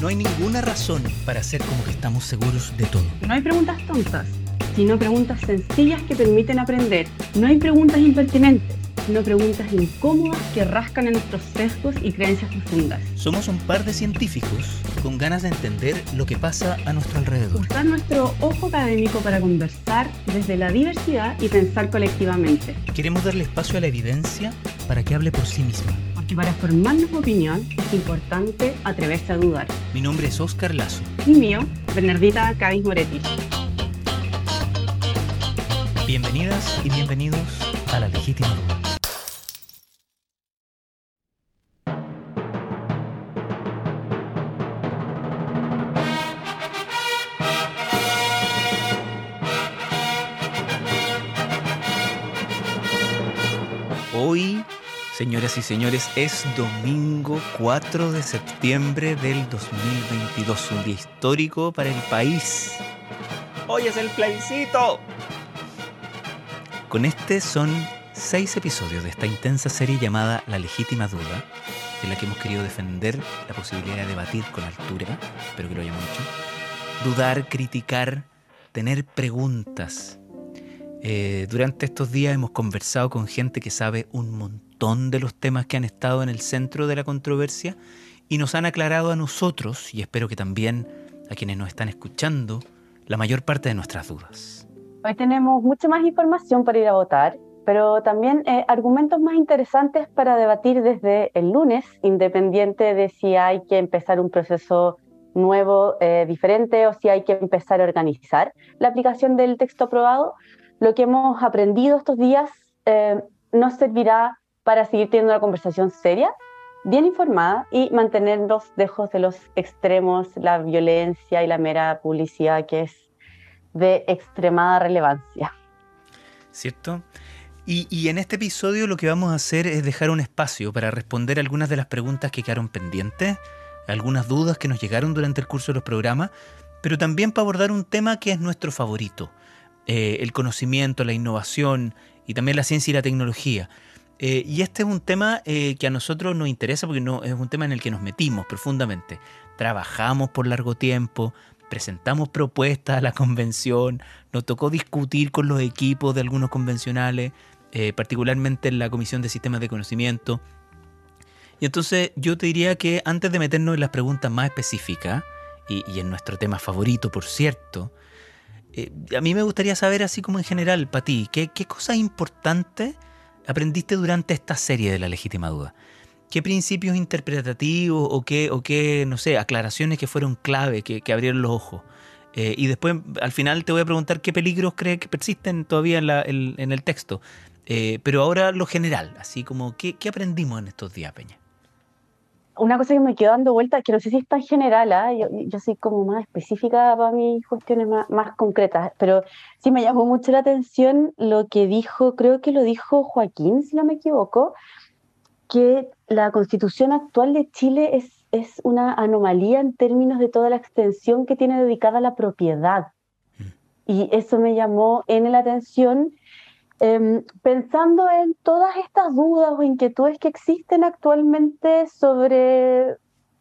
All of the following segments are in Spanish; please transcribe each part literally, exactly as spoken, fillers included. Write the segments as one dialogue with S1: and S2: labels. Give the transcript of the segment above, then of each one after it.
S1: No hay ninguna razón para hacer como que estamos seguros de todo.
S2: No hay preguntas tontas, sino preguntas sencillas que permiten aprender. No hay preguntas impertinentes, sino preguntas incómodas que rascan en nuestros sesgos y creencias profundas.
S1: Somos un par de científicos con ganas de entender lo que pasa a nuestro alrededor.
S2: Usar nuestro ojo académico para conversar desde la diversidad y pensar colectivamente.
S1: Queremos darle espacio a la evidencia para que hable por sí misma.
S2: Porque para formarnos opinión es importante atreverse a dudar.
S1: Mi nombre es Óscar Lazo.
S2: Y mío, Bernardita Cádiz Moretti.
S1: Bienvenidas y bienvenidos a La Legítima Duda. Hoy, señoras y señores, es domingo cuatro de septiembre del dos mil veintidós, un día histórico para el país. ¡Hoy es el plebiscito! Con este son seis episodios de esta intensa serie llamada La Legítima Duda, en la que hemos querido defender la posibilidad de debatir con altura, espero que lo hayamos hecho, dudar, criticar, tener preguntas. Eh, durante estos días hemos conversado con gente que sabe un montón de los temas que han estado en el centro de la controversia y nos han aclarado a nosotros, y espero que también a quienes nos están escuchando, la mayor parte de nuestras dudas.
S2: Hoy tenemos mucha más información para ir a votar, pero también eh, argumentos más interesantes para debatir desde el lunes, independiente de si hay que empezar un proceso nuevo, eh, diferente, o si hay que empezar a organizar la aplicación del texto aprobado. Lo que hemos aprendido estos días eh, nos servirá para seguir teniendo una conversación seria, bien informada y mantenernos lejos de los extremos, la violencia y la mera publicidad que es de extremada relevancia.
S1: ¿Cierto? Y, y en este episodio lo que vamos a hacer es dejar un espacio para responder algunas de las preguntas que quedaron pendientes, algunas dudas que nos llegaron durante el curso de los programas, pero también para abordar un tema que es nuestro favorito. Eh, el conocimiento, la innovación y también la ciencia y la tecnología. Eh, y este es un tema eh, que a nosotros nos interesa porque no, es un tema en el que nos metimos profundamente. Trabajamos por largo tiempo, presentamos propuestas a la convención, nos tocó discutir con los equipos de algunos convencionales, eh, particularmente en la Comisión de Sistemas de Conocimiento. Y entonces yo te diría que antes de meternos en las preguntas más específicas, y, y en nuestro tema favorito, por cierto, Eh, a mí me gustaría saber, así como en general, para ti, ¿qué, qué cosas importantes aprendiste durante esta serie de La Legítima Duda? ¿Qué principios interpretativos o qué, o qué no sé, aclaraciones que fueron clave, que, que abrieron los ojos? Eh, y después, al final, te voy a preguntar qué peligros crees que persisten todavía en, la, en, en el texto. Eh, pero ahora lo general, así como, ¿qué, qué aprendimos en estos días, Peña?
S2: Una cosa que me quedó dando vuelta, que no sé si es tan general, ¿eh? yo, yo soy como más específica para mis cuestiones más, más concretas, pero sí me llamó mucho la atención lo que dijo, creo que lo dijo Joaquín, si no me equivoco, que la Constitución actual de Chile es, es una anomalía en términos de toda la extensión que tiene dedicada a la propiedad. Y eso me llamó en la atención. Eh, pensando en todas estas dudas o inquietudes que existen actualmente sobre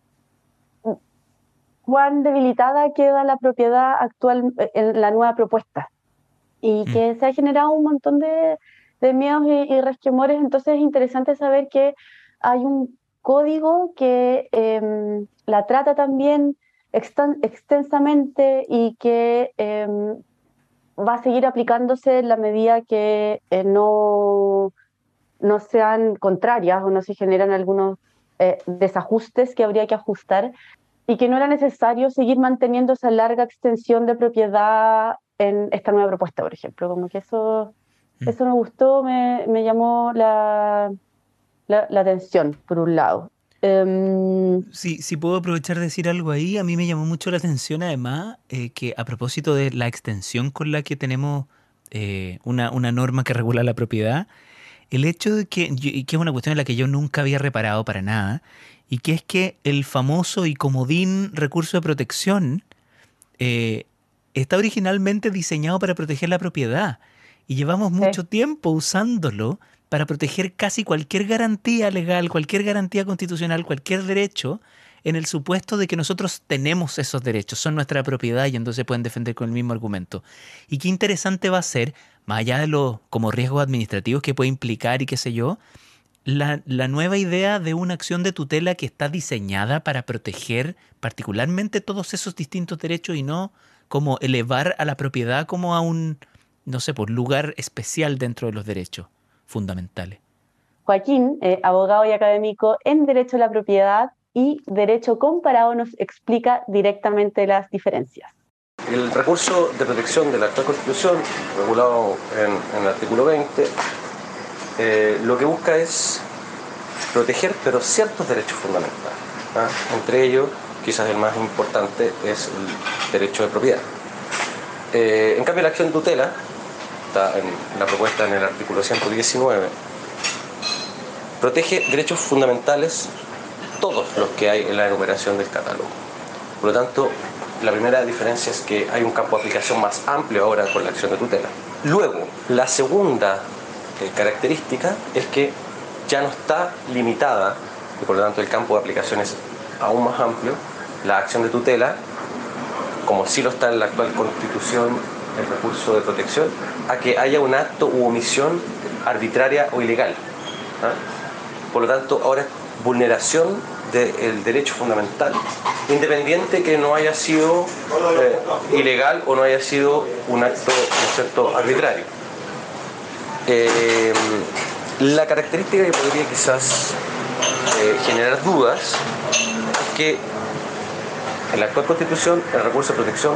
S2: cuán debilitada queda la propiedad actual en la nueva propuesta y mm. que se ha generado un montón de, de miedos y, y resquemores, entonces es interesante saber que hay un código que eh, la trata también exten- extensamente y que eh, va a seguir aplicándose en la medida que eh, no, no sean contrarias o no se generan algunos eh, desajustes que habría que ajustar y que no era necesario seguir manteniendo esa larga extensión de propiedad en esta nueva propuesta, por ejemplo. Como que eso, mm. eso me gustó, me, me llamó la, la, la atención, por un lado. Um,
S1: sí, sí puedo aprovechar de decir algo ahí. A mí me llamó mucho la atención, además, eh, que a propósito de la extensión con la que tenemos eh, una, una norma que regula la propiedad, el hecho de que, y que es una cuestión en la que yo nunca había reparado para nada, y que es que el famoso y comodín recurso de protección eh, está originalmente diseñado para proteger la propiedad, y llevamos sí. mucho tiempo usándolo para proteger casi cualquier garantía legal, cualquier garantía constitucional, cualquier derecho, en el supuesto de que nosotros tenemos esos derechos, son nuestra propiedad y entonces pueden defender con el mismo argumento. Y qué interesante va a ser, más allá de los como riesgos administrativos que puede implicar y qué sé yo, la, la nueva idea de una acción de tutela que está diseñada para proteger particularmente todos esos distintos derechos y no como elevar a la propiedad como a un, no sé, por lugar especial dentro de los derechos fundamentales.
S2: Joaquín, eh, abogado y académico en Derecho a la Propiedad y Derecho Comparado, nos explica directamente las diferencias.
S3: El recurso de protección de la actual Constitución, regulado en, en el artículo veinte, eh, lo que busca es proteger, pero ciertos derechos fundamentales, ¿ah? Entre ellos, quizás el más importante, es el derecho de propiedad. Eh, en cambio, la acción de tutela, está en la propuesta en el artículo ciento diecinueve, protege derechos fundamentales, todos los que hay en la enumeración del catálogo. Por lo tanto, la primera diferencia es que hay un campo de aplicación más amplio ahora con la acción de tutela. Luego, la segunda eh, característica es que ya no está limitada, y por lo tanto el campo de aplicación es aún más amplio, la acción de tutela, como sí lo está en la actual Constitución, el recurso de protección, a que haya un acto u omisión arbitraria o ilegal. ¿Ah? Por lo tanto, ahora es vulneración del derecho fundamental, independiente que no haya sido eh, ilegal o no haya sido un acto, ¿no es cierto?, arbitrario. Eh, la característica que podría quizás eh, generar dudas es que en la actual Constitución el recurso de protección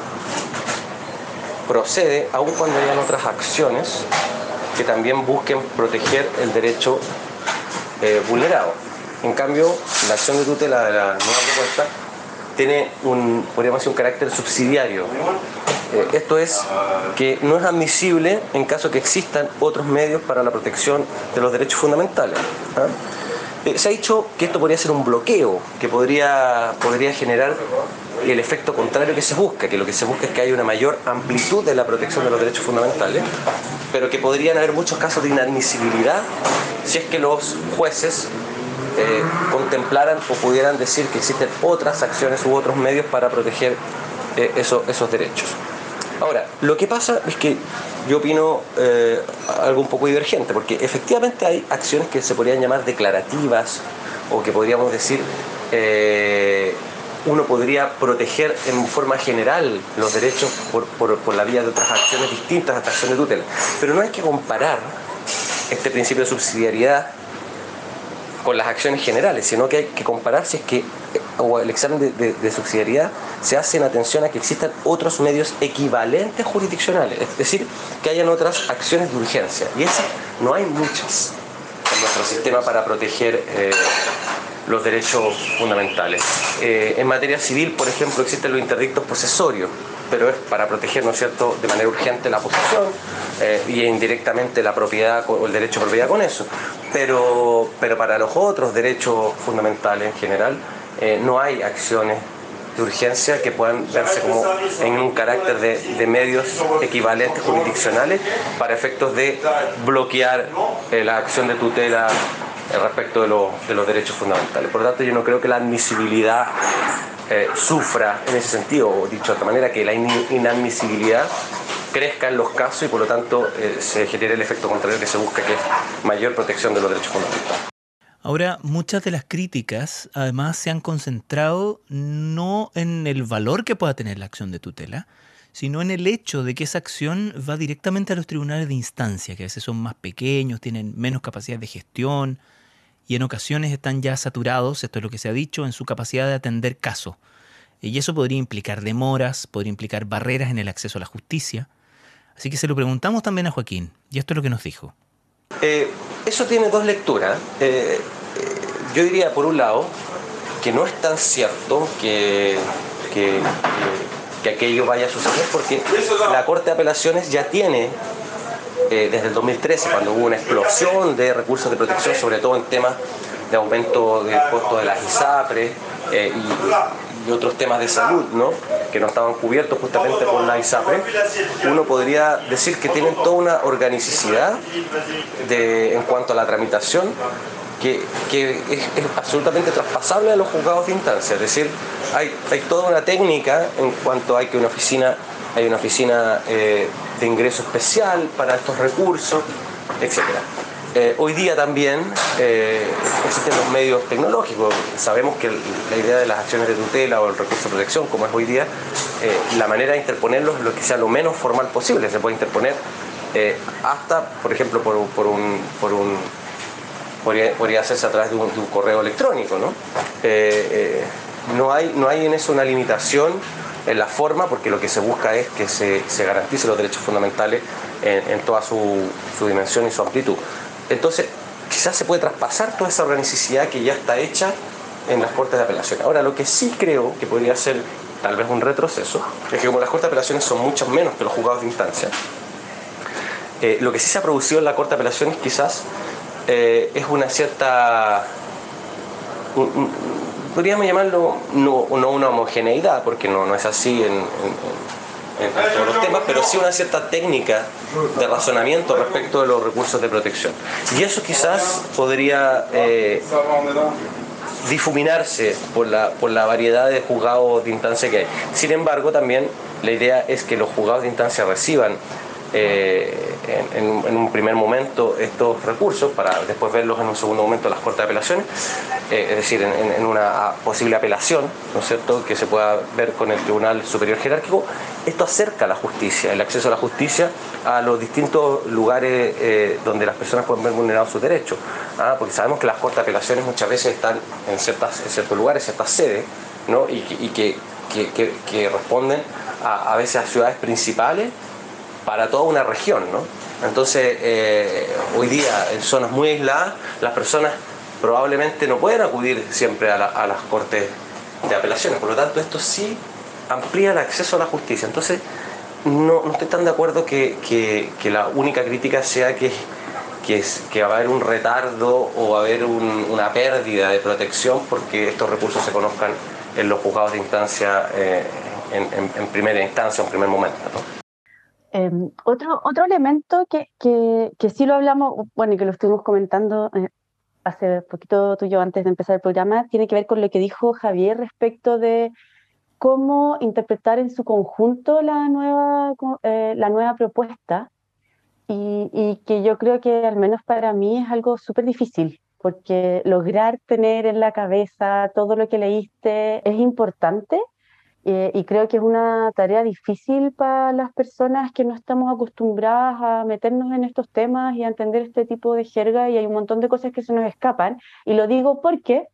S3: procede aun cuando hayan otras acciones que también busquen proteger el derecho eh, vulnerado. En cambio, la acción de tutela de la nueva propuesta tiene un, podríamos decir, un carácter subsidiario. Eh, esto es que no es admisible en caso que existan otros medios para la protección de los derechos fundamentales. ¿Ah? Eh, se ha dicho que esto podría ser un bloqueo, que podría, podría generar el efecto contrario que se busca, que lo que se busca es que haya una mayor amplitud de la protección de los derechos fundamentales, pero que podrían haber muchos casos de inadmisibilidad si es que los jueces Eh, contemplaran o pudieran decir que existen otras acciones u otros medios para proteger eh, eso, esos derechos. Ahora, lo que pasa es que yo opino eh, algo un poco divergente, porque efectivamente hay acciones que se podrían llamar declarativas o que podríamos decir eh, uno podría proteger en forma general los derechos por, por, por la vía de otras acciones distintas a esta acción de tutela. Pero no hay que comparar este principio de subsidiariedad con las acciones generales, sino que hay que comparar si es que o el examen de, de, de subsidiariedad se hace en atención a que existan otros medios equivalentes jurisdiccionales, es decir, que hayan otras acciones de urgencia, y esas no hay muchas en nuestro sistema para proteger eh, los derechos fundamentales. Eh, en materia civil, por ejemplo, existen los interdictos posesorios, pero es para proteger, ¿no es cierto?, de manera urgente la posesión eh, y indirectamente la propiedad o el derecho a propiedad con eso. Pero, pero para los otros derechos fundamentales en general eh, no hay acciones de urgencia que puedan verse como en un carácter de, de medios equivalentes jurisdiccionales para efectos de bloquear eh, la acción de tutela eh, respecto de, lo, de los derechos fundamentales. Por lo tanto, yo no creo que la admisibilidad eh, sufra en ese sentido, o dicho de otra manera, que la in- inadmisibilidad crezca en los casos y por lo tanto eh, se genere el efecto contrario que se busca, que es mayor protección de los derechos fundamentales.
S1: Ahora, muchas de las críticas además se han concentrado no en el valor que pueda tener la acción de tutela, sino en el hecho de que esa acción va directamente a los tribunales de instancia, que a veces son más pequeños, tienen menos capacidad de gestión y en ocasiones están ya saturados, esto es lo que se ha dicho, en su capacidad de atender casos. Y eso podría implicar demoras, podría implicar barreras en el acceso a la justicia. Así que se lo preguntamos también a Joaquín, y esto es lo que nos dijo.
S3: Eh, eso tiene dos lecturas. Eh, eh, yo diría, por un lado, que no es tan cierto que, que, que, que aquello vaya a suceder, porque la Corte de Apelaciones ya tiene, eh, desde el dos mil trece, cuando hubo una explosión de recursos de protección, sobre todo en temas de aumento del costo de las ISAPRES eh, y, y otros temas de salud, ¿no?, que no estaban cubiertos justamente por la ISAPRE, uno podría decir que tienen toda una organicidad de, en cuanto a la tramitación que, que es, es absolutamente traspasable a los juzgados de instancia. Es decir, hay, hay toda una técnica en cuanto a que una oficina, hay una oficina eh, de ingreso especial para estos recursos, etcétera. Eh, hoy día también eh, existen los medios tecnológicos. Sabemos que la idea de las acciones de tutela o el recurso de protección, como es hoy día, eh, la manera de interponerlos es lo que sea lo menos formal posible. Se puede interponer eh, hasta, por ejemplo, por, por un... Por un podría, podría hacerse a través de un, de un correo electrónico, ¿no? Eh, eh, no hay, no hay en eso una limitación en la forma, porque lo que se busca es que se, se garanticen los derechos fundamentales en, en toda su, su dimensión y su amplitud. Entonces, quizás se puede traspasar toda esa organicidad que ya está hecha en las Cortes de Apelación. Ahora, lo que sí creo que podría ser tal vez un retroceso es que como las Cortes de Apelaciones son mucho menos que los juzgados de instancia, eh, lo que sí se ha producido en la Corte de Apelaciones quizás eh, es una cierta... Un, un, podríamos llamarlo no, no una homogeneidad, porque no, no es así en... en, en en todos los temas, pero sí una cierta técnica de razonamiento respecto de los recursos de protección. Y eso quizás podría eh, difuminarse por la, por la variedad de juzgados de instancia que hay. Sin embargo, también la idea es que los juzgados de instancia reciban eh, en, en, en un primer momento estos recursos para después verlos en un segundo momento en las Cortes de Apelaciones, eh, es decir, en, en una posible apelación, ¿no es cierto?, que se pueda ver con el Tribunal Superior Jerárquico. Esto acerca la justicia, el acceso a la justicia a los distintos lugares eh, donde las personas pueden ver vulnerados sus derechos, ¿ah? Porque sabemos que las Cortes de Apelaciones muchas veces están en, ciertas, en ciertos lugares, ciertas sedes, ¿no?, y, y que, que, que, que responden a, a veces a ciudades principales para toda una región, ¿no? Entonces, eh, hoy día, en zonas muy aisladas, las personas probablemente no pueden acudir siempre a, la, a las Cortes de Apelaciones. Por lo tanto, esto sí amplía el acceso a la justicia. Entonces, no, no estoy tan de acuerdo que, que, que la única crítica sea que, que, es, que va a haber un retardo o va a haber un, una pérdida de protección porque estos recursos se conozcan en los juzgados de instancia eh, en, en, en primera instancia, en primer momento, ¿no?
S2: Eh, otro, otro elemento que, que, que sí lo hablamos, bueno, y que lo estuvimos comentando eh, hace poquito tú y yo antes de empezar el programa, tiene que ver con lo que dijo Javier respecto de cómo interpretar en su conjunto la nueva, eh, la nueva propuesta, y, y que yo creo que al menos para mí es algo súper difícil, porque lograr tener en la cabeza todo lo que leíste es importante. Eh, y creo que es una tarea difícil para las personas que no estamos acostumbradas a meternos en estos temas y a entender este tipo de jerga, y hay un montón de cosas que se nos escapan. Y lo digo porque,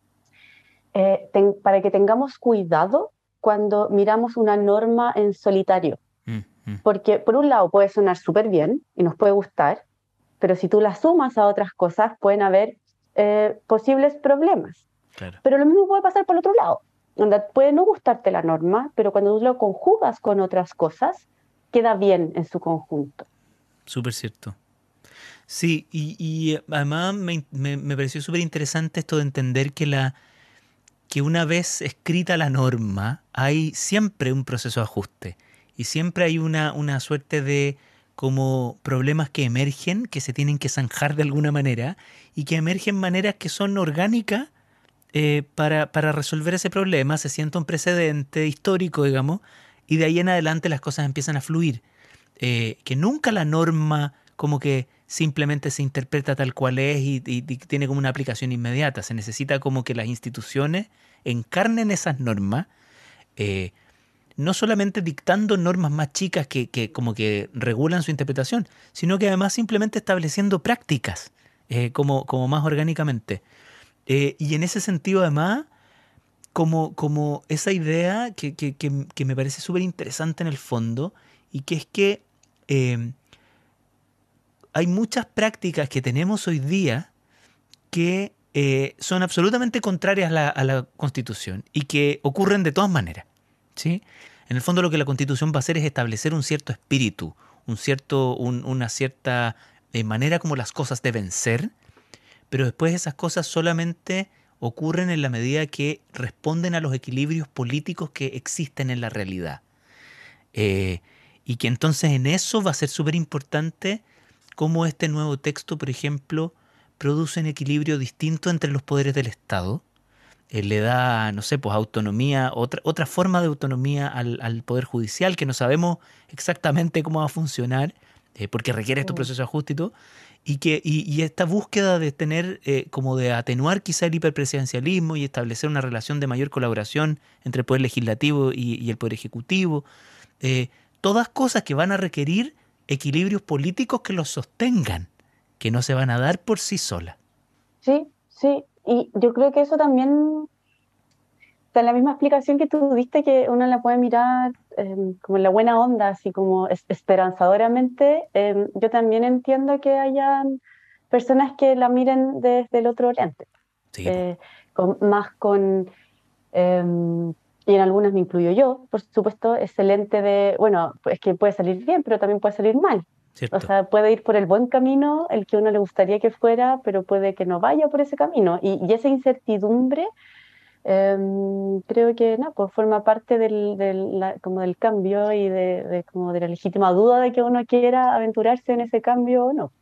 S2: eh, ten, para que tengamos cuidado cuando miramos una norma en solitario. Mm-hmm. Porque por un lado puede sonar súper bien y nos puede gustar, pero si tú la sumas a otras cosas pueden haber eh, posibles problemas. Claro. Pero lo mismo puede pasar por el otro lado. Donde puede no gustarte la norma, pero cuando tú lo conjugas con otras cosas, queda bien en su conjunto.
S1: Súper cierto. Sí, y, y además me, me, me pareció súper interesante esto de entender que, la, que una vez escrita la norma, hay siempre un proceso de ajuste. Y siempre hay una, una suerte de como problemas que emergen, que se tienen que zanjar de alguna manera, y que emergen maneras que son orgánicas, Eh, para, para resolver ese problema. Se sienta un precedente histórico, digamos, y de ahí en adelante las cosas empiezan a fluir. Eh, que nunca la norma como que simplemente se interpreta tal cual es y, y, y tiene como una aplicación inmediata. Se necesita como que las instituciones encarnen esas normas, eh, no solamente dictando normas más chicas que, que como que regulan su interpretación, sino que además simplemente estableciendo prácticas eh, como, como más orgánicamente. Eh, y en ese sentido, además, como, como esa idea que, que, que, que me parece súper interesante en el fondo, y que es que eh, hay muchas prácticas que tenemos hoy día que eh, son absolutamente contrarias a la, a la Constitución y que ocurren de todas maneras, ¿sí? En el fondo lo que la Constitución va a hacer es establecer un cierto espíritu, un cierto, un, una cierta eh, manera como las cosas deben ser, pero después esas cosas solamente ocurren en la medida que responden a los equilibrios políticos que existen en la realidad. Eh, y que entonces en eso va a ser súper importante cómo este nuevo texto, por ejemplo, produce un equilibrio distinto entre los poderes del Estado. Eh, le da, no sé, pues autonomía, otra, otra forma de autonomía al, al Poder Judicial, que no sabemos exactamente cómo va a funcionar, eh, porque requiere estos
S2: Mm.
S1: procesos de ajuste y todo, y, que, y, y esta búsqueda de tener, eh, como de atenuar quizá el hiperpresidencialismo y establecer una relación de mayor colaboración entre el Poder Legislativo y, y el Poder Ejecutivo, eh, todas cosas que van a requerir equilibrios políticos que los sostengan, que no se van a dar por sí solas.
S2: Sí, sí, y yo creo que eso también, o sea, la misma explicación que tú diste, que uno la puede mirar em, como en la buena onda, así como es- esperanzadoramente, em, yo también entiendo que hayan personas que la miren desde el otro oriente,
S1: Sí, po.
S2: eh, con, más con, em, y en algunas me incluyo yo, por supuesto, excelente de, bueno, es que puede salir bien, pero también puede salir mal. O
S1: Cierto.
S2: sea, puede ir por el buen camino, el que a uno le gustaría que fuera, pero puede que no vaya por ese camino. Y, y esa incertidumbre, em, creo que no, pues forma parte del, del, la- como del cambio y de, de como de la legítima duda de que uno quiera aventurarse en ese cambio o no.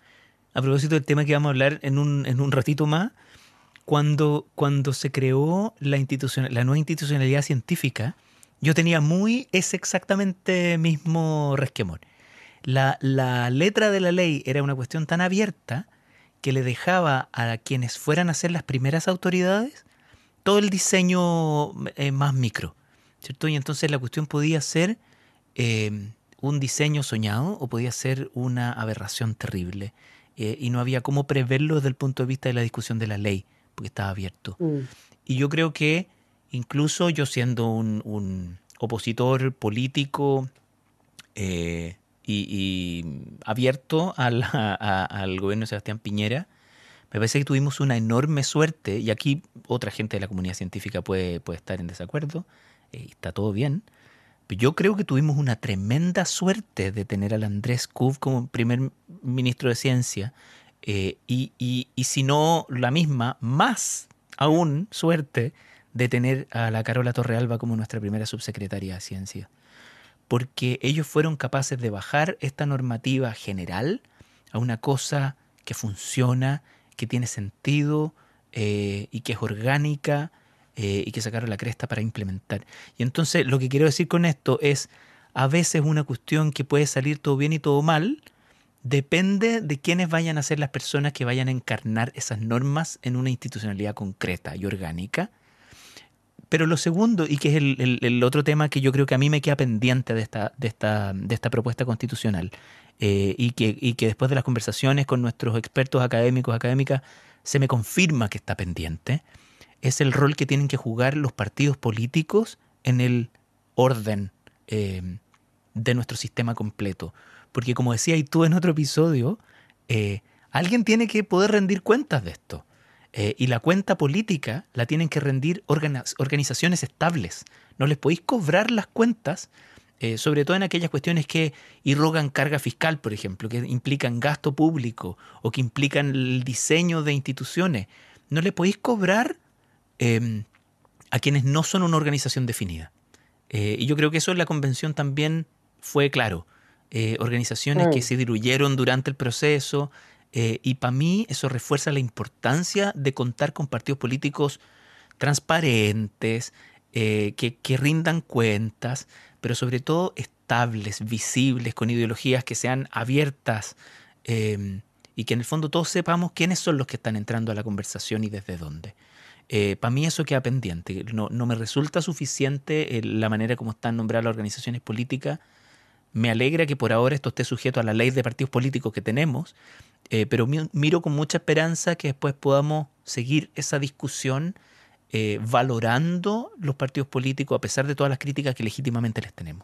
S1: A propósito del tema que vamos a hablar en un, en un ratito más, cuando, cuando se creó la, institucion- la nueva institucionalidad científica, yo tenía muy ese exactamente mismo resquemor. La, la letra de la ley era una cuestión tan abierta que le dejaba a quienes fueran a ser las primeras autoridades todo el diseño eh, más micro, ¿cierto? Y entonces la cuestión podía ser eh, un diseño soñado o podía ser una aberración terrible. Eh, y no había cómo preverlo desde el punto de vista de la discusión de la ley, porque estaba abierto.
S2: Mm.
S1: Y yo creo que incluso yo siendo un, un opositor político eh, y, y abierto a la- a- al gobierno de Sebastián Piñera, me parece que tuvimos una enorme suerte, y aquí otra gente de la comunidad científica puede, puede estar en desacuerdo, eh, está todo bien, pero yo creo que tuvimos una tremenda suerte de tener al Andrés Kub como primer ministro de Ciencia, eh, y, y, y si no la misma, más aún suerte de tener a la Carola Torrealba como nuestra primera subsecretaria de Ciencia, porque ellos fueron capaces de bajar esta normativa general a una cosa que funciona, que tiene sentido eh, y que es orgánica eh, y que sacaron la cresta para implementar. Y entonces lo que quiero decir con esto es, a veces una cuestión que puede salir todo bien y todo mal, depende de quiénes vayan a ser las personas que vayan a encarnar esas normas en una institucionalidad concreta y orgánica. Pero lo segundo, y que es el, el- el otro tema que yo creo que a mí me queda pendiente de esta, de esta, de esta propuesta constitucional, eh, y, que, y que después de las conversaciones con nuestros expertos académicos, académicas, se me confirma que está pendiente, es el rol que tienen que jugar los partidos políticos en el orden eh, de nuestro sistema completo. Porque como decía y tú en otro episodio, eh, alguien tiene que poder rendir cuentas de esto. Eh, y la cuenta política la tienen que rendir organa- organizaciones estables. No les podéis cobrar las cuentas, eh, sobre todo en aquellas cuestiones que irrogan carga fiscal, por ejemplo, que implican gasto público o que implican el diseño de instituciones. No le podéis cobrar eh, a quienes no son una organización definida. Eh, y yo creo que eso en la convención también fue claro. Eh, organizaciones que
S2: Mm.
S1: se diluyeron durante el proceso, eh, y para mí eso refuerza la importancia de contar con partidos políticos transparentes, eh, que, que rindan cuentas, pero sobre todo estables, visibles, con ideologías que sean abiertas, eh, y que en el fondo todos sepamos quiénes son los que están entrando a la conversación y desde dónde. Eh, para mí eso queda pendiente. No, no me resulta suficiente eh, la manera como están nombradas las organizaciones políticas. Me alegra que por ahora esto esté sujeto a la ley de partidos políticos que tenemos, eh, pero mi- miro con mucha esperanza que después podamos seguir esa discusión, eh, valorando los partidos políticos a pesar de todas las críticas que legítimamente les tenemos.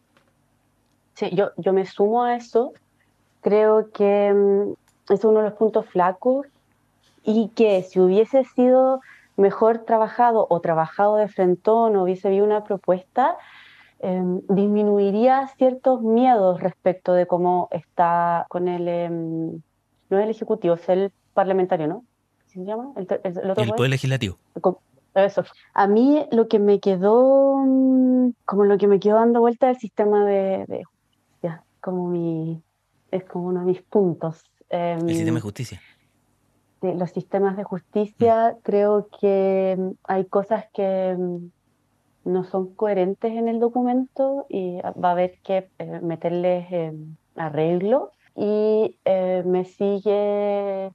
S2: Sí, yo, yo me sumo a eso. Creo que mm, es uno de los puntos flacos y que si hubiese sido mejor trabajado o trabajado de frentón o hubiese habido una propuesta, em, disminuiría ciertos miedos respecto de cómo está con el, em, no es el ejecutivo, es el parlamentario, ¿no? ¿Sí se llama? ¿El, ter- el- el otro
S1: El
S2: poder?
S1: Poder Legislativo.
S2: Co- Eso. A mí lo que me quedó, mm, como lo que me quedó dando vuelta del sistema de, de justicia, como mi, es como uno de mis puntos.
S1: El sistema de
S2: Em,
S1: justicia.
S2: de los sistemas de justicia, creo que mm, hay cosas que mm, no son coherentes en el documento y va a haber que eh, meterles eh, arreglo. Y eh, me sigue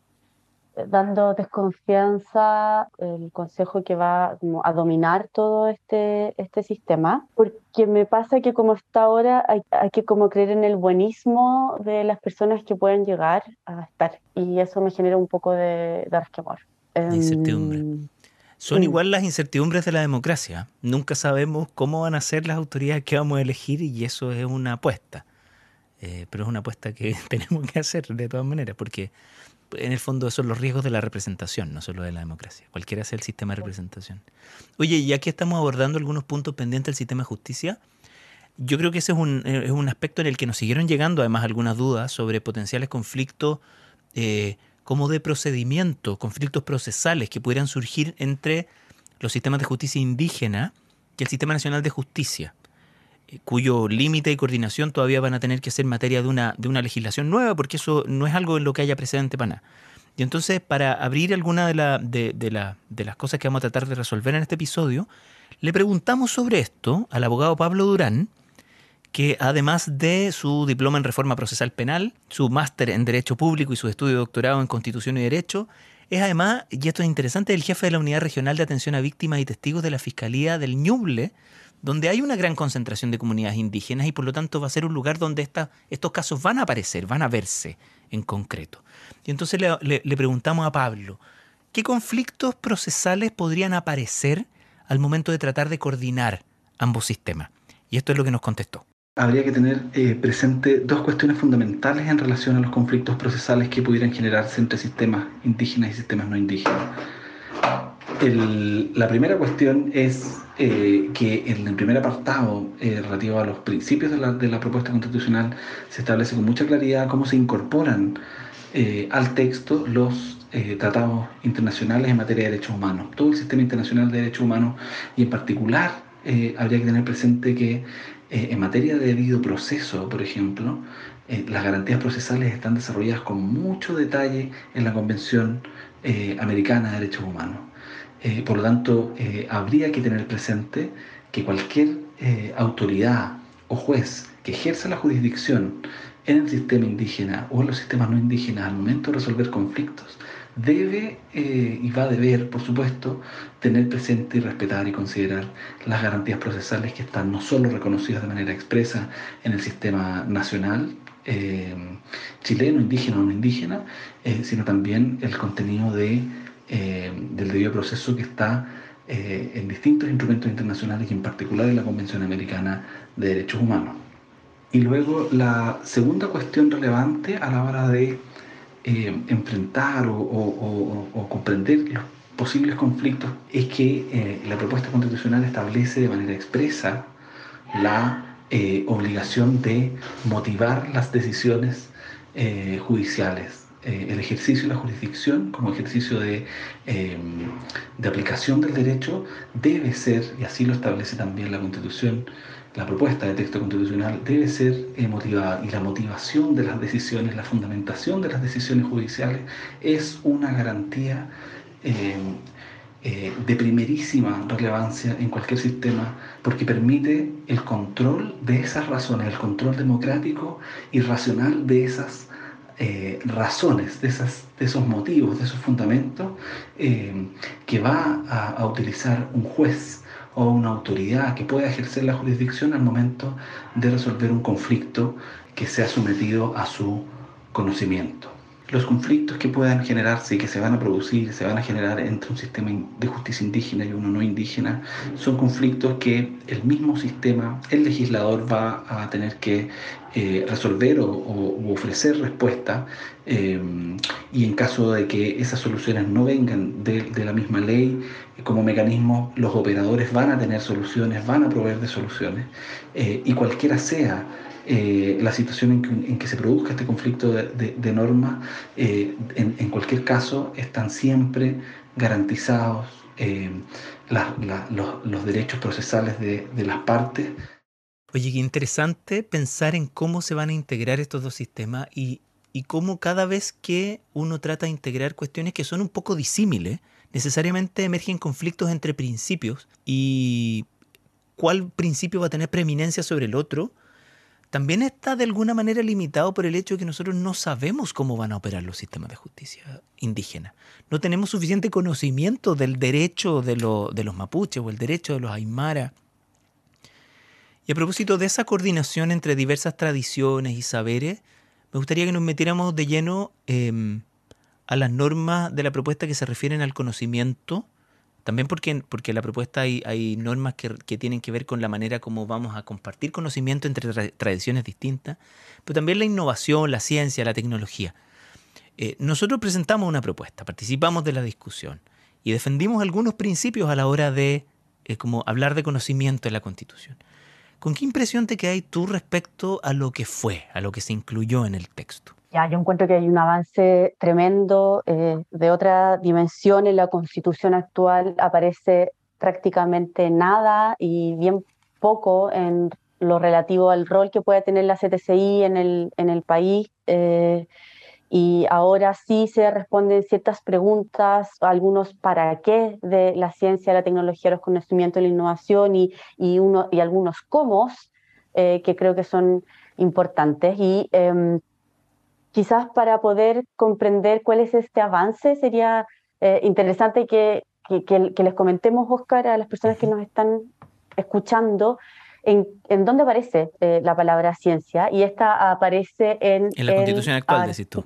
S2: dando desconfianza el consejo que va como a dominar todo este, este sistema, porque me pasa que como está ahora hay, hay que como creer en el buenismo de las personas que pueden llegar a estar, y eso me genera un poco de, de resquemor.
S1: De incertidumbre.
S2: Um,
S1: Son
S2: mm,
S1: igual las incertidumbres de la democracia. Nunca sabemos cómo van a ser las autoridades que vamos a elegir y eso es una apuesta. Eh, pero es una apuesta que tenemos que hacer de todas maneras, porque en el fondo son los riesgos de la representación, no solo de la democracia, cualquiera sea el sistema de representación. Oye, ya que estamos abordando algunos puntos pendientes del sistema de justicia, yo creo que ese es un, es un aspecto en el que nos siguieron llegando además algunas dudas sobre potenciales conflictos eh, como de procedimiento, conflictos procesales que pudieran surgir entre los sistemas de justicia indígena y el Sistema Nacional de Justicia, eh, cuyo límite y coordinación todavía van a tener que ser materia de una, de una legislación nueva, porque eso no es algo en lo que haya precedente para nada. Y entonces, para abrir alguna de, la, de, de, la, de las cosas que vamos a tratar de resolver en este episodio, le preguntamos sobre esto al abogado Pablo Durán, que además de su diploma en Reforma Procesal Penal, su máster en Derecho Público y su estudio de doctorado en Constitución y Derecho, es además, y esto es interesante, el jefe de la Unidad Regional de Atención a Víctimas y Testigos de la Fiscalía del Ñuble, donde hay una gran concentración de comunidades indígenas y por lo tanto va a ser un lugar donde esta, estos casos van a aparecer, van a verse en concreto. Y entonces le, le, le preguntamos a Pablo, ¿qué conflictos procesales podrían aparecer al momento de tratar de coordinar ambos sistemas? Y esto es lo que nos contestó.
S4: Habría que tener eh, presente dos cuestiones fundamentales en relación a los conflictos procesales que pudieran generarse entre sistemas indígenas y sistemas no indígenas. El, la primera cuestión es eh, que en el primer apartado eh, relativo a los principios de la, de la propuesta constitucional se establece con mucha claridad cómo se incorporan eh, al texto los eh, tratados internacionales en materia de derechos humanos, todo el sistema internacional de derechos humanos, y en particular eh, habría que tener presente que eh, en materia de debido proceso, por ejemplo, eh, las garantías procesales están desarrolladas con mucho detalle en la Convención eh, Americana de Derechos Humanos. Eh, por lo tanto, eh, habría que tener presente que cualquier eh, autoridad o juez que ejerza la jurisdicción en el sistema indígena o en los sistemas no indígenas al momento de resolver conflictos debe eh, y va a deber, por supuesto, tener presente y respetar y considerar las garantías procesales que están no solo reconocidas de manera expresa en el sistema nacional eh, chileno, indígena o no indígena, eh, sino también el contenido de Eh, del debido proceso que está eh, en distintos instrumentos internacionales y en particular en la Convención Americana de Derechos Humanos. Y luego la segunda cuestión relevante a la hora de eh, enfrentar o, o, o, o comprender los posibles conflictos es que eh, la propuesta constitucional establece de manera expresa la eh, obligación de motivar las decisiones eh, judiciales. Eh, el ejercicio de la jurisdicción como ejercicio de, eh, de aplicación del derecho debe ser, y así lo establece también la Constitución, la propuesta de texto constitucional debe ser eh, motivada, y la motivación de las decisiones, la fundamentación de las decisiones judiciales es una garantía eh, eh, de primerísima relevancia en cualquier sistema, porque permite el control de esas razones, el control democrático y racional de esas Eh, razones, de, esas, de esos motivos, de esos fundamentos eh, que va a, a utilizar un juez o una autoridad que pueda ejercer la jurisdicción al momento de resolver un conflicto que sea sometido a su conocimiento. Los conflictos que puedan generarse y que se van a producir, se van a generar entre un sistema de justicia indígena y uno no indígena, son conflictos que el mismo sistema, el legislador va a tener que eh, resolver o, o ofrecer respuesta, eh, y en caso de que esas soluciones no vengan de, de la misma ley, como mecanismo, los operadores van a tener soluciones, van a proveer de soluciones, eh, y cualquiera sea Eh, la situación en que, en que se produzca este conflicto de, de, de normas, eh, en, en cualquier caso están siempre garantizados eh, la, la, los, los derechos procesales de, de las partes.
S1: Oye, qué interesante pensar en cómo se van a integrar estos dos sistemas y y cómo cada vez que uno trata de integrar cuestiones que son un poco disímiles, necesariamente emergen conflictos entre principios y cuál principio va a tener preeminencia sobre el otro, también está de alguna manera limitado por el hecho de que nosotros no sabemos cómo van a operar los sistemas de justicia indígenas. No tenemos suficiente conocimiento del derecho de, lo, de los mapuches o el derecho de los aymara. Y a propósito de esa coordinación entre diversas tradiciones y saberes, me gustaría que nos metiéramos de lleno eh, a las normas de la propuesta que se refieren al conocimiento. También porque, porque en la propuesta hay, hay normas que, que tienen que ver con la manera como vamos a compartir conocimiento entre tra- tradiciones distintas, pero también la innovación, la ciencia, la tecnología. Eh, nosotros presentamos una propuesta, participamos de la discusión y defendimos algunos principios a la hora de eh, como hablar de conocimiento en la Constitución. ¿Con qué impresión te quedas tú respecto a lo que fue, a lo que se incluyó en el texto?
S2: Ya, yo encuentro que hay un avance tremendo eh, de otra dimensión en la Constitución actual. Aparece prácticamente nada y bien poco en lo relativo al rol que puede tener la C T C I en el, en el país. Eh, y ahora sí se responden ciertas preguntas, algunos para qué de la ciencia, la tecnología, los conocimientos y la innovación y, y, uno, y algunos cómo eh, que creo que son importantes. Y eh, quizás para poder comprender cuál es este avance sería eh, interesante que, que, que, que les comentemos, Óscar, a las personas que nos están escuchando, en, en dónde aparece eh, la palabra ciencia, y esta aparece en
S1: En la
S2: el
S1: Constitución actual, decís tú.
S2: artículo.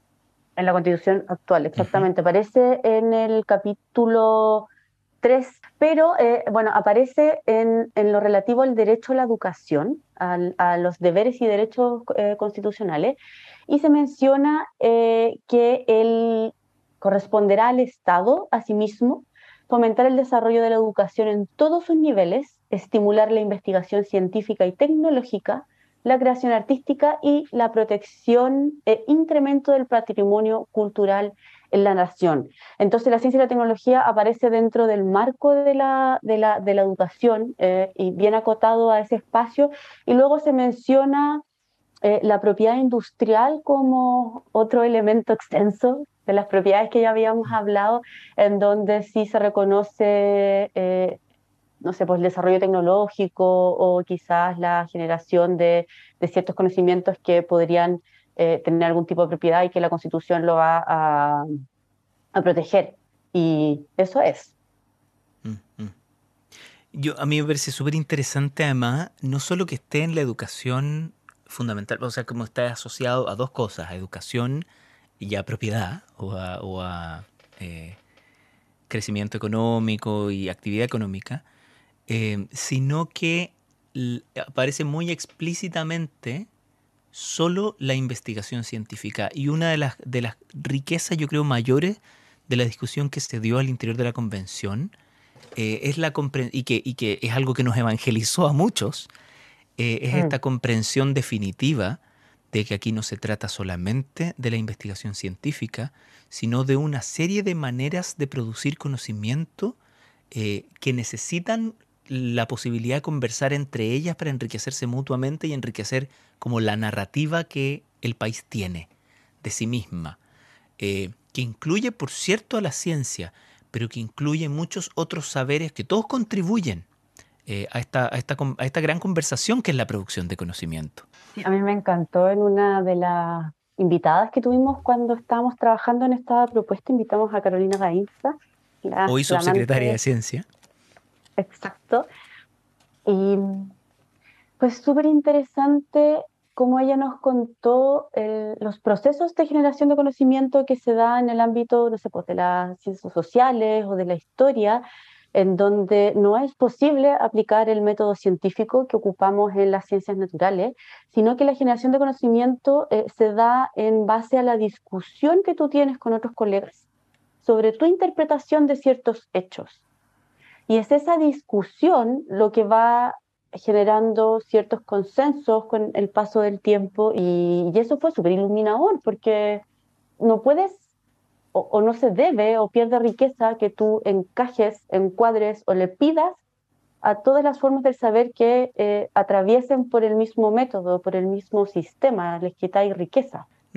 S2: En la Constitución actual,
S1: Uh-huh.
S2: exactamente. Aparece en el capítulo tres, pero eh, bueno, aparece en, en lo relativo al derecho a la educación, al, a los deberes y derechos eh, constitucionales, y se menciona eh, que él corresponderá al Estado, asimismo, fomentar el desarrollo de la educación en todos sus niveles, estimular la investigación científica y tecnológica, la creación artística y la protección e incremento del patrimonio cultural en la nación. Entonces la ciencia y la tecnología aparece dentro del marco de la, de la, de la educación eh, y bien acotado a ese espacio, y luego se menciona eh, la propiedad industrial como otro elemento extenso de las propiedades que ya habíamos hablado, en donde sí se reconoce eh, no sé, pues el desarrollo tecnológico o quizás la generación de, de ciertos conocimientos que podrían eh, tener algún tipo de propiedad y que la Constitución lo va a, a proteger. Y eso es.
S1: Mm-hmm. Yo, a mí me parece súper interesante además, no solo que esté en la educación fundamental, o sea, como está asociado a dos cosas, a educación y a propiedad o a, o a eh, crecimiento económico y actividad económica, eh, sino que l- aparece muy explícitamente solo la investigación científica. Y una de las, de las riquezas, yo creo, mayores de la discusión que se dio al interior de la convención, eh, es la compre- y, que, y que es algo que nos evangelizó a muchos, eh, es
S2: Mm.
S1: esta comprensión definitiva de que aquí no se trata solamente de la investigación científica, sino de una serie de maneras de producir conocimiento eh, que necesitan la posibilidad de conversar entre ellas para enriquecerse mutuamente y enriquecer como la narrativa que el país tiene de sí misma, eh, que incluye, por cierto, a la ciencia, pero que incluye muchos otros saberes que todos contribuyen eh, a, esta, a, esta, a esta gran conversación que es la producción de conocimiento.
S2: Sí, a mí me encantó en una de las invitadas que tuvimos cuando estábamos trabajando en esta propuesta, invitamos a Carolina Gainza, la
S1: Hoy subsecretaria de
S2: flamante,
S1: Ciencia.
S2: exacto, y pues súper interesante cómo ella nos contó el- los procesos de generación de conocimiento que se da en el ámbito, no sé, pues, de las ciencias sociales o de la historia, en donde no es posible aplicar el método científico que ocupamos en las ciencias naturales, sino que la generación de conocimiento eh, se da en base a la discusión que tú tienes con otros colegas sobre tu interpretación de ciertos hechos. Y es esa discusión lo que va generando ciertos consensos con el paso del tiempo, y, y eso fue súper iluminador porque no puedes o, o no se debe o pierde riqueza que tú encajes, encuadres o le pidas a todas las formas del saber que eh, atraviesen por el mismo método, por el mismo sistema, les quitáis riqueza.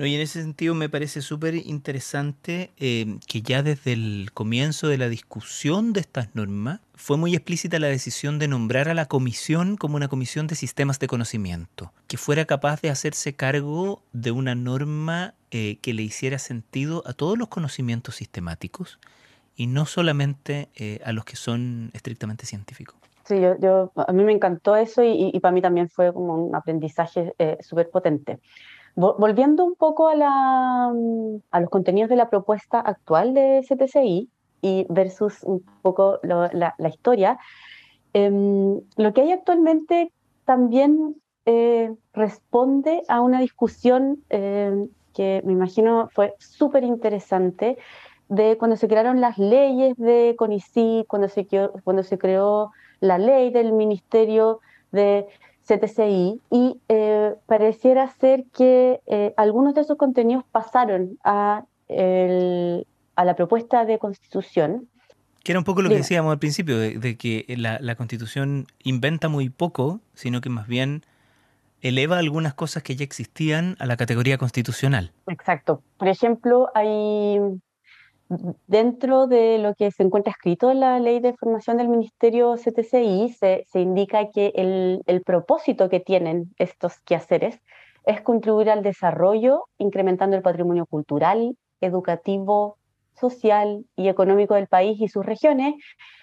S1: No, y en ese sentido me parece súper interesante eh, que ya desde el comienzo de la discusión de estas normas fue muy explícita la decisión de nombrar a la comisión como una comisión de sistemas de conocimiento, que fuera capaz de hacerse cargo de una norma eh, que le hiciera sentido a todos los conocimientos sistemáticos y no solamente eh, a los que son estrictamente científicos.
S2: Sí, yo, yo, a mí me encantó eso y, y para mí también fue como un aprendizaje eh, súper potente. Vo- Volviendo un poco a, la, mm, a los contenidos de la propuesta actual de C T C I y versus un poco lo- la, la historia, em, lo que hay actualmente también eh, responde a una discusión em, que me imagino fue súper interesante de cuando se crearon las leyes de CONICYT, cuando se, queo- cuando se creó la ley del Ministerio de C T C I y eh, pareciera ser que eh, algunos de esos contenidos pasaron a, el- a la propuesta de constitución.
S1: Que era un poco lo que
S2: Dime.
S1: decíamos al principio, de, de que la, la Constitución inventa muy poco, sino que más bien eleva algunas cosas que ya existían a la categoría constitucional.
S2: Exacto. Por ejemplo, hay dentro de lo que se encuentra escrito en la ley de formación del Ministerio C T C I, se, se indica que el, el propósito que tienen estos quehaceres es contribuir al desarrollo, incrementando el patrimonio cultural, educativo, social y económico del país y sus regiones,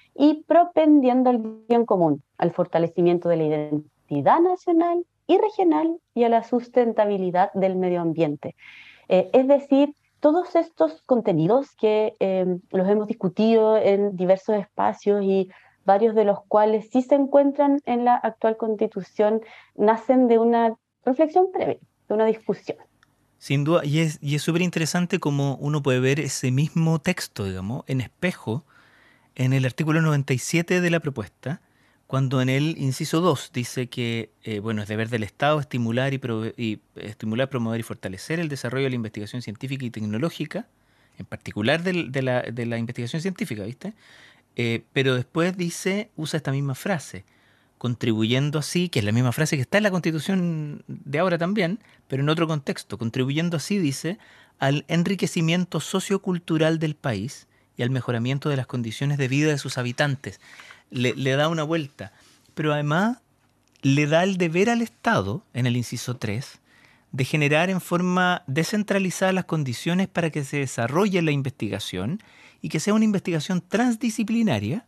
S2: y propendiendo al bien común, al fortalecimiento de la identidad nacional y regional y a la sustentabilidad del medio ambiente. Eh, es decir, todos estos contenidos que eh, los hemos discutido en diversos espacios y varios de los cuales sí se encuentran en la actual Constitución, nacen de una reflexión previa, de una discusión.
S1: Sin duda, y es y es súper interesante cómo uno puede ver ese mismo texto, digamos, en espejo en el artículo noventa y siete de la propuesta, cuando en el inciso dos dice que eh, bueno, es deber del Estado estimular y, prove- y estimular, promover y fortalecer el desarrollo de la investigación científica y tecnológica, en particular del- de, la, de la investigación científica, ¿viste? Eh, pero después dice, usa esta misma frase, contribuyendo así, que es la misma frase que está en la Constitución de ahora también, pero en otro contexto, contribuyendo así, dice, al enriquecimiento sociocultural del país y al mejoramiento de las condiciones de vida de sus habitantes. Le, le da una vuelta, pero además le da el deber al Estado, en el inciso tres, de generar en forma descentralizada las condiciones para que se desarrolle la investigación y que sea una investigación transdisciplinaria.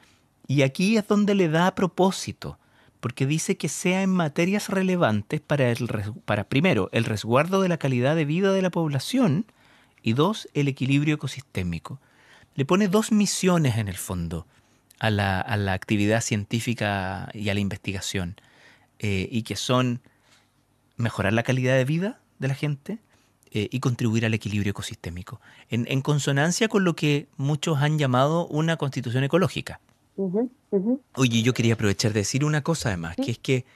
S1: Y aquí es donde le da propósito, porque dice que sea en materias relevantes para, el, res- para primero, el resguardo de la calidad de vida de la población y dos, el equilibrio ecosistémico. Le pone dos misiones en el fondo a la, a la actividad científica y a la investigación, eh, y que son mejorar la calidad de vida de la gente eh, y contribuir al equilibrio ecosistémico, en, en consonancia con lo que muchos han llamado una constitución ecológica.
S2: Ujú, ujú.
S1: Oye, yo quería aprovechar de decir una cosa además, que
S2: Sí.
S1: es que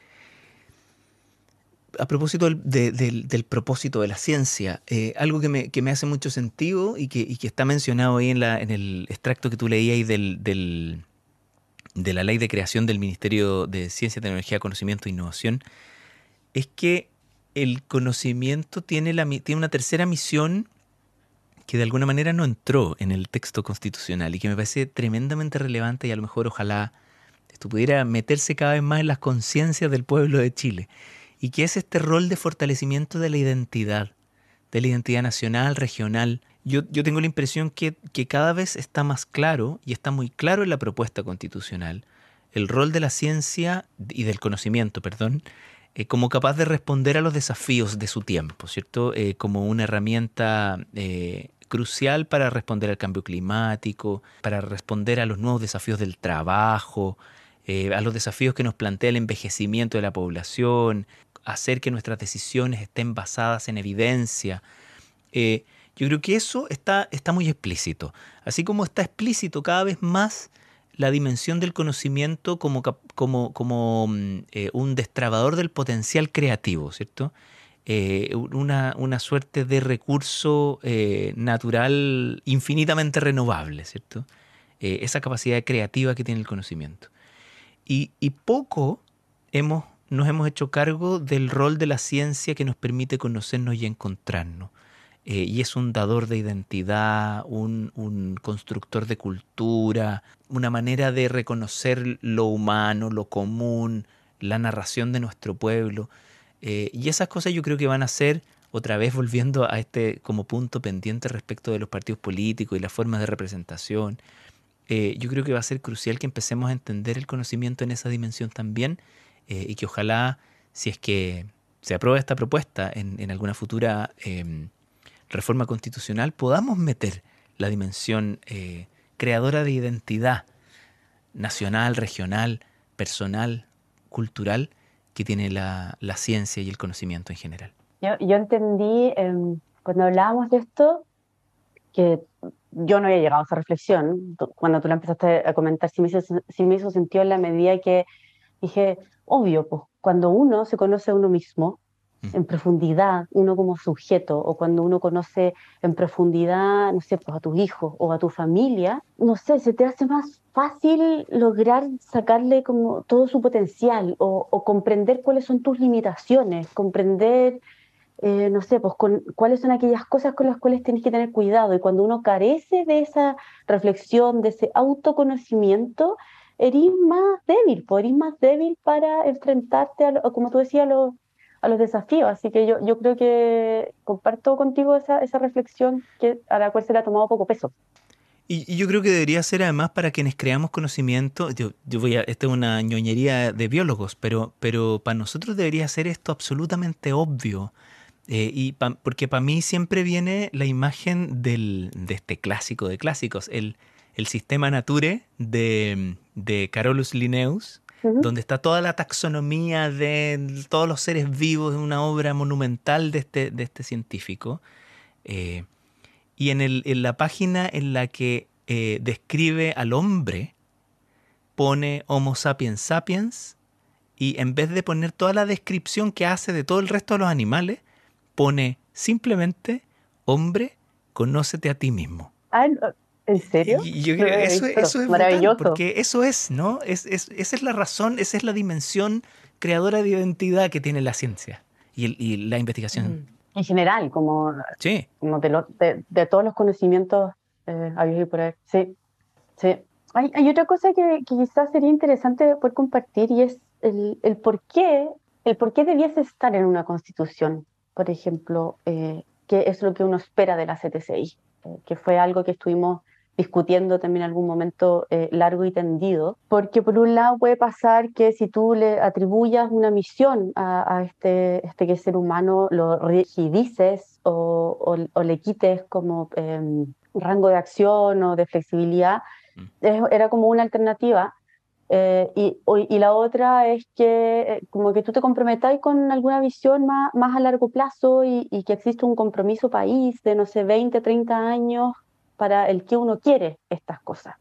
S1: a propósito del, de- del- del propósito de la ciencia, eh, algo que me, que me hace mucho sentido y que, y que está mencionado ahí en, la, en el extracto que tú leías ahí del, del- de la ley de creación del Ministerio de Ciencia, Tecnología, Conocimiento e Innovación, es que el conocimiento tiene, la, mi- tiene una tercera misión que de alguna manera no entró en el texto constitucional y que me parece tremendamente relevante y a lo mejor ojalá esto pudiera meterse cada vez más en las conciencias del pueblo de Chile, y que es este rol de fortalecimiento de la identidad, de la identidad nacional, regional. Yo, yo tengo la impresión que, que cada vez está más claro, y está muy claro en la propuesta constitucional, el rol de la ciencia y del conocimiento, perdón, eh, como capaz de responder a los desafíos de su tiempo, ¿cierto? Eh, como una herramienta eh, crucial para responder al cambio climático, para responder a los nuevos desafíos del trabajo, eh, a los desafíos que nos plantea el envejecimiento de la población, hacer que nuestras decisiones estén basadas en evidencia. Eh, yo creo que eso está, está muy explícito. Así como está explícito cada vez más la dimensión del conocimiento como, cap- como, como mm, eh, un destrabador del potencial creativo, ¿cierto? Eh, una, una suerte de recurso eh, natural infinitamente renovable, ¿cierto? Eh, esa capacidad creativa que tiene el conocimiento. Y, y poco hemos nos hemos hecho cargo del rol de la ciencia que nos permite conocernos y encontrarnos. Eh, y es un dador de identidad, un, un constructor de cultura, una manera de reconocer lo humano, lo común, la narración de nuestro pueblo. Eh, y esas cosas yo creo que van a ser, otra vez volviendo a este como punto pendiente respecto de los partidos políticos y las formas de representación, eh, yo creo que va a ser crucial que empecemos a entender el conocimiento en esa dimensión también, eh, y que ojalá, si es que se aprueba esta propuesta en, en alguna futura eh, reforma constitucional, podamos meter la dimensión eh, creadora de identidad nacional, regional, personal, cultural, que tiene la, la ciencia y el conocimiento en general.
S2: Yo, yo entendí, eh, cuando hablábamos de esto, que yo no había llegado a esa reflexión. Cuando tú la empezaste a comentar, sí me hizo, sí me hizo sentido en la medida que dije, obvio, pues, cuando uno se conoce a uno mismo, en profundidad, uno como sujeto, o cuando uno conoce en profundidad, no sé, pues a tus hijos o a tu familia, no sé, se te hace más fácil lograr sacarle como todo su potencial, o, o comprender cuáles son tus limitaciones, comprender, eh, no sé, pues con, cuáles son aquellas cosas con las cuales tienes que tener cuidado. Y cuando uno carece de esa reflexión, de ese autoconocimiento, eres más débil, pues eres más débil para enfrentarte, a, lo, como tú decías, a los a los desafíos. Así que yo, yo creo que comparto contigo esa, esa reflexión que, a la cual se le ha tomado poco peso.
S1: Y, y yo creo que debería ser además para quienes creamos conocimiento, yo, yo voy a, esta es una ñoñería de biólogos, pero, pero para nosotros debería ser esto absolutamente obvio. Eh, y pa, porque para mí siempre viene la imagen del, de este clásico de clásicos, el, el sistema Nature de, de Carolus Linnaeus, uh-huh. donde está toda la taxonomía de todos los seres vivos, una obra monumental de este, de este científico. Eh, y en, el, en la página en la que eh, describe al hombre, pone Homo sapiens sapiens, y en vez de poner toda la descripción que hace de todo el resto de los animales, pone simplemente, hombre, conócete a ti mismo.
S2: Ah, ¿en serio?
S1: Y yo creo que eso, eso es
S2: maravilloso.
S1: Brutal, porque eso es, ¿no? Es, es, esa es la razón, esa es la dimensión creadora de identidad que tiene la ciencia y, el, y la investigación.
S2: En general, como,
S1: sí.
S2: como de, lo, de, de todos los conocimientos eh, habidos y por ahí. Sí, sí. Hay, hay otra cosa que, que quizás sería interesante poder compartir, y es el, el por qué, el por qué debiese estar en una constitución, por ejemplo, eh, qué es lo que uno espera de la C T C I, eh, que fue algo que estuvimos discutiendo también en algún momento eh, largo y tendido, porque por un lado puede pasar que si tú le atribuyas una misión a, a este, este ser humano, lo rigidices o, o, o le quites como eh, rango de acción o de flexibilidad, mm. es, era como una alternativa. Eh, y, y la otra es que eh, como que tú te comprometáis con alguna visión más, más a largo plazo, y, y que existe un compromiso país de, no sé, veinte, treinta años para el que uno quiere estas cosas.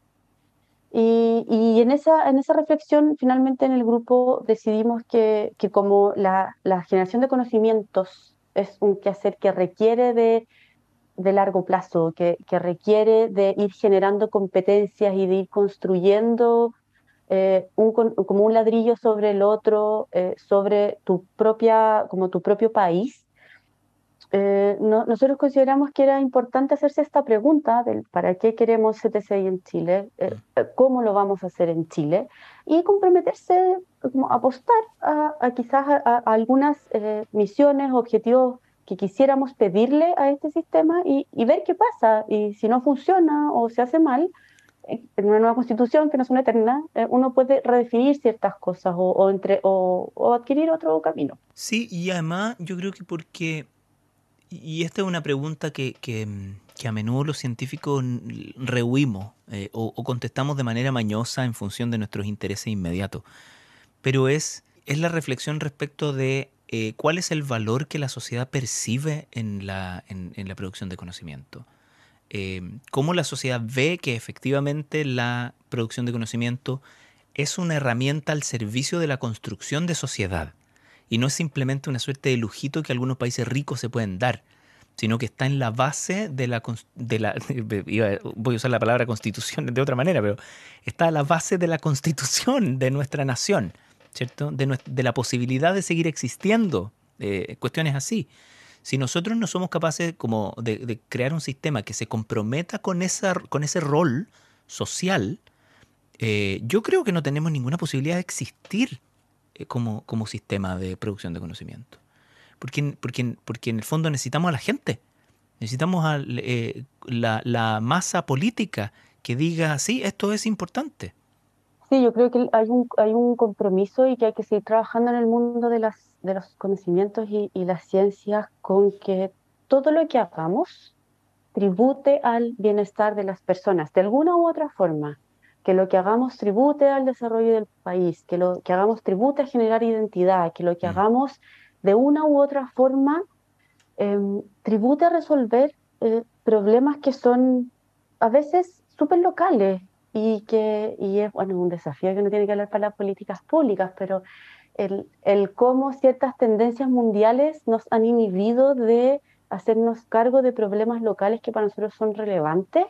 S2: Y, y en, esa, en esa reflexión, finalmente en el grupo decidimos que, que como la, la generación de conocimientos es un quehacer que requiere de, de largo plazo, que, que requiere de ir generando competencias y de ir construyendo eh, un, como un ladrillo sobre el otro, eh, sobre tu propia, como tu propio país. Eh, no, nosotros consideramos que era importante hacerse esta pregunta del para qué queremos C T C I en Chile, eh, cómo lo vamos a hacer en Chile, y comprometerse, como apostar a, a quizás a, a algunas eh, misiones, objetivos que quisiéramos pedirle a este sistema, y, y ver qué pasa, y si no funciona o se hace mal, en una nueva constitución que no es una eterna, eh, uno puede redefinir ciertas cosas o, o, entre, o, o adquirir otro camino.
S1: Sí, y además yo creo que porque... Y esta es una pregunta que, que, que a menudo los científicos rehuimos eh, o, o contestamos de manera mañosa en función de nuestros intereses inmediatos. Pero es, es la reflexión respecto de eh, cuál es el valor que la sociedad percibe en la, en, en la producción de conocimiento. Eh, cómo la sociedad ve que efectivamente la producción de conocimiento es una herramienta al servicio de la construcción de sociedad. Y no es simplemente una suerte de lujito que algunos países ricos se pueden dar, sino que está en la base de la... De la voy a usar la palabra constitución de otra manera, pero está a la base de la constitución de nuestra nación. ¿cierto? De, nuestra, de la posibilidad de seguir existiendo, eh, cuestiones así. Si nosotros no somos capaces como de, de crear un sistema que se comprometa con, esa, con ese rol social, eh, yo creo que no tenemos ninguna posibilidad de existir eh, como, como sistema de producción de conocimiento. Porque, porque, porque en el fondo necesitamos a la gente, necesitamos a eh, la, la masa política que diga, sí, esto es importante.
S2: Sí, yo creo que hay un, hay un compromiso y que hay que seguir trabajando en el mundo de, las, de los conocimientos y, y las ciencias con que todo lo que hagamos tribute al bienestar de las personas, de alguna u otra forma. Que lo que hagamos tribute al desarrollo del país, que lo que hagamos tribute a generar identidad, que lo que
S1: Mm.
S2: hagamos de una u otra forma eh, tribute a resolver eh, problemas que son a veces súper locales y que y es bueno, un desafío que no tiene que hablar para las políticas públicas, pero el, el cómo ciertas tendencias mundiales nos han inhibido de hacernos cargo de problemas locales que para nosotros son relevantes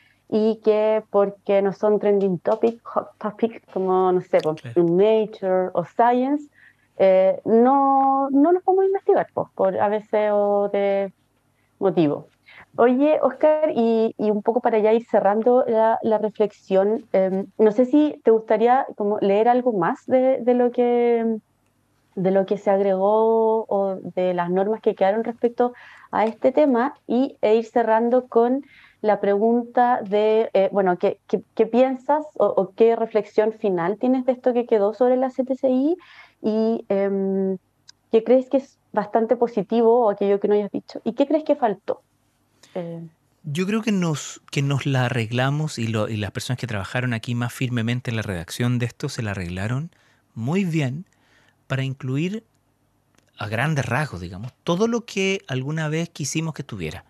S2: y que porque no son trending topic, hot topic, como, no sé, por
S1: Claro.
S2: Nature o Science, eh, no, no los podemos investigar, pues, por a veces o de motivo. Oye, Oscar, y, y un poco para ya ir cerrando la, la reflexión, eh, no sé si te gustaría como leer algo más de, de lo que de lo que se agregó o de las normas que quedaron respecto a este tema y, e ir cerrando con la pregunta de, eh, bueno, ¿qué, qué, qué piensas o, o qué reflexión final tienes de esto que quedó sobre la C T C I y eh, qué crees que es bastante positivo o aquello que no hayas dicho y qué crees que faltó? Eh,
S1: Yo creo que nos, que nos la arreglamos y, lo, y las personas que trabajaron aquí más firmemente en la redacción de esto se la arreglaron muy bien para incluir a grandes rasgos, digamos, todo lo que alguna vez quisimos que estuviera.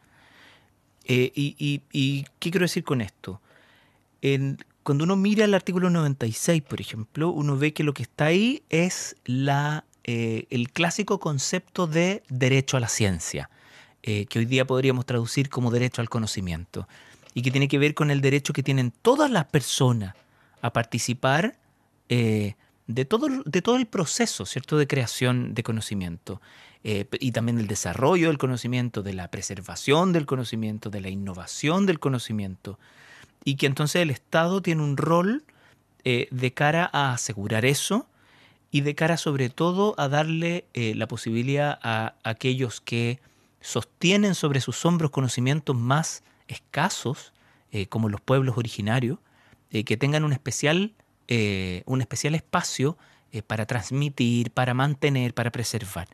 S1: Eh, y, y, ¿Y qué quiero decir con esto? En, cuando uno mira el artículo noventa y seis, por ejemplo, uno ve que lo que está ahí es la, eh, el clásico concepto de derecho a la ciencia, eh, que hoy día podríamos traducir como derecho al conocimiento, y que tiene que ver con el derecho que tienen todas las personas a participar eh, de, todo, de todo el proceso, ¿cierto?, de creación de conocimiento, eh, y también del desarrollo del conocimiento, de la preservación del conocimiento, de la innovación del conocimiento, y que entonces el Estado tiene un rol eh, de cara a asegurar eso y de cara sobre todo a darle eh, la posibilidad a aquellos que sostienen sobre sus hombros conocimientos más escasos, eh, como los pueblos originarios, eh, que tengan un especial, eh, un especial espacio eh, para transmitir, para mantener, para preservar.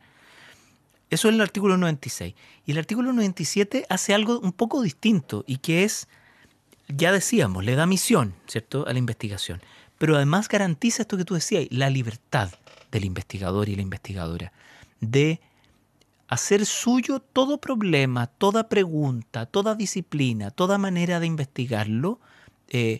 S1: Eso es el artículo noventa y seis. Y el artículo noventa y siete hace algo un poco distinto y que es, ya decíamos, le da misión, ¿cierto?, a la investigación. Pero además garantiza esto que tú decías, la libertad del investigador y la investigadora, de hacer suyo todo problema, toda pregunta, toda disciplina, toda manera de investigarlo. Eh,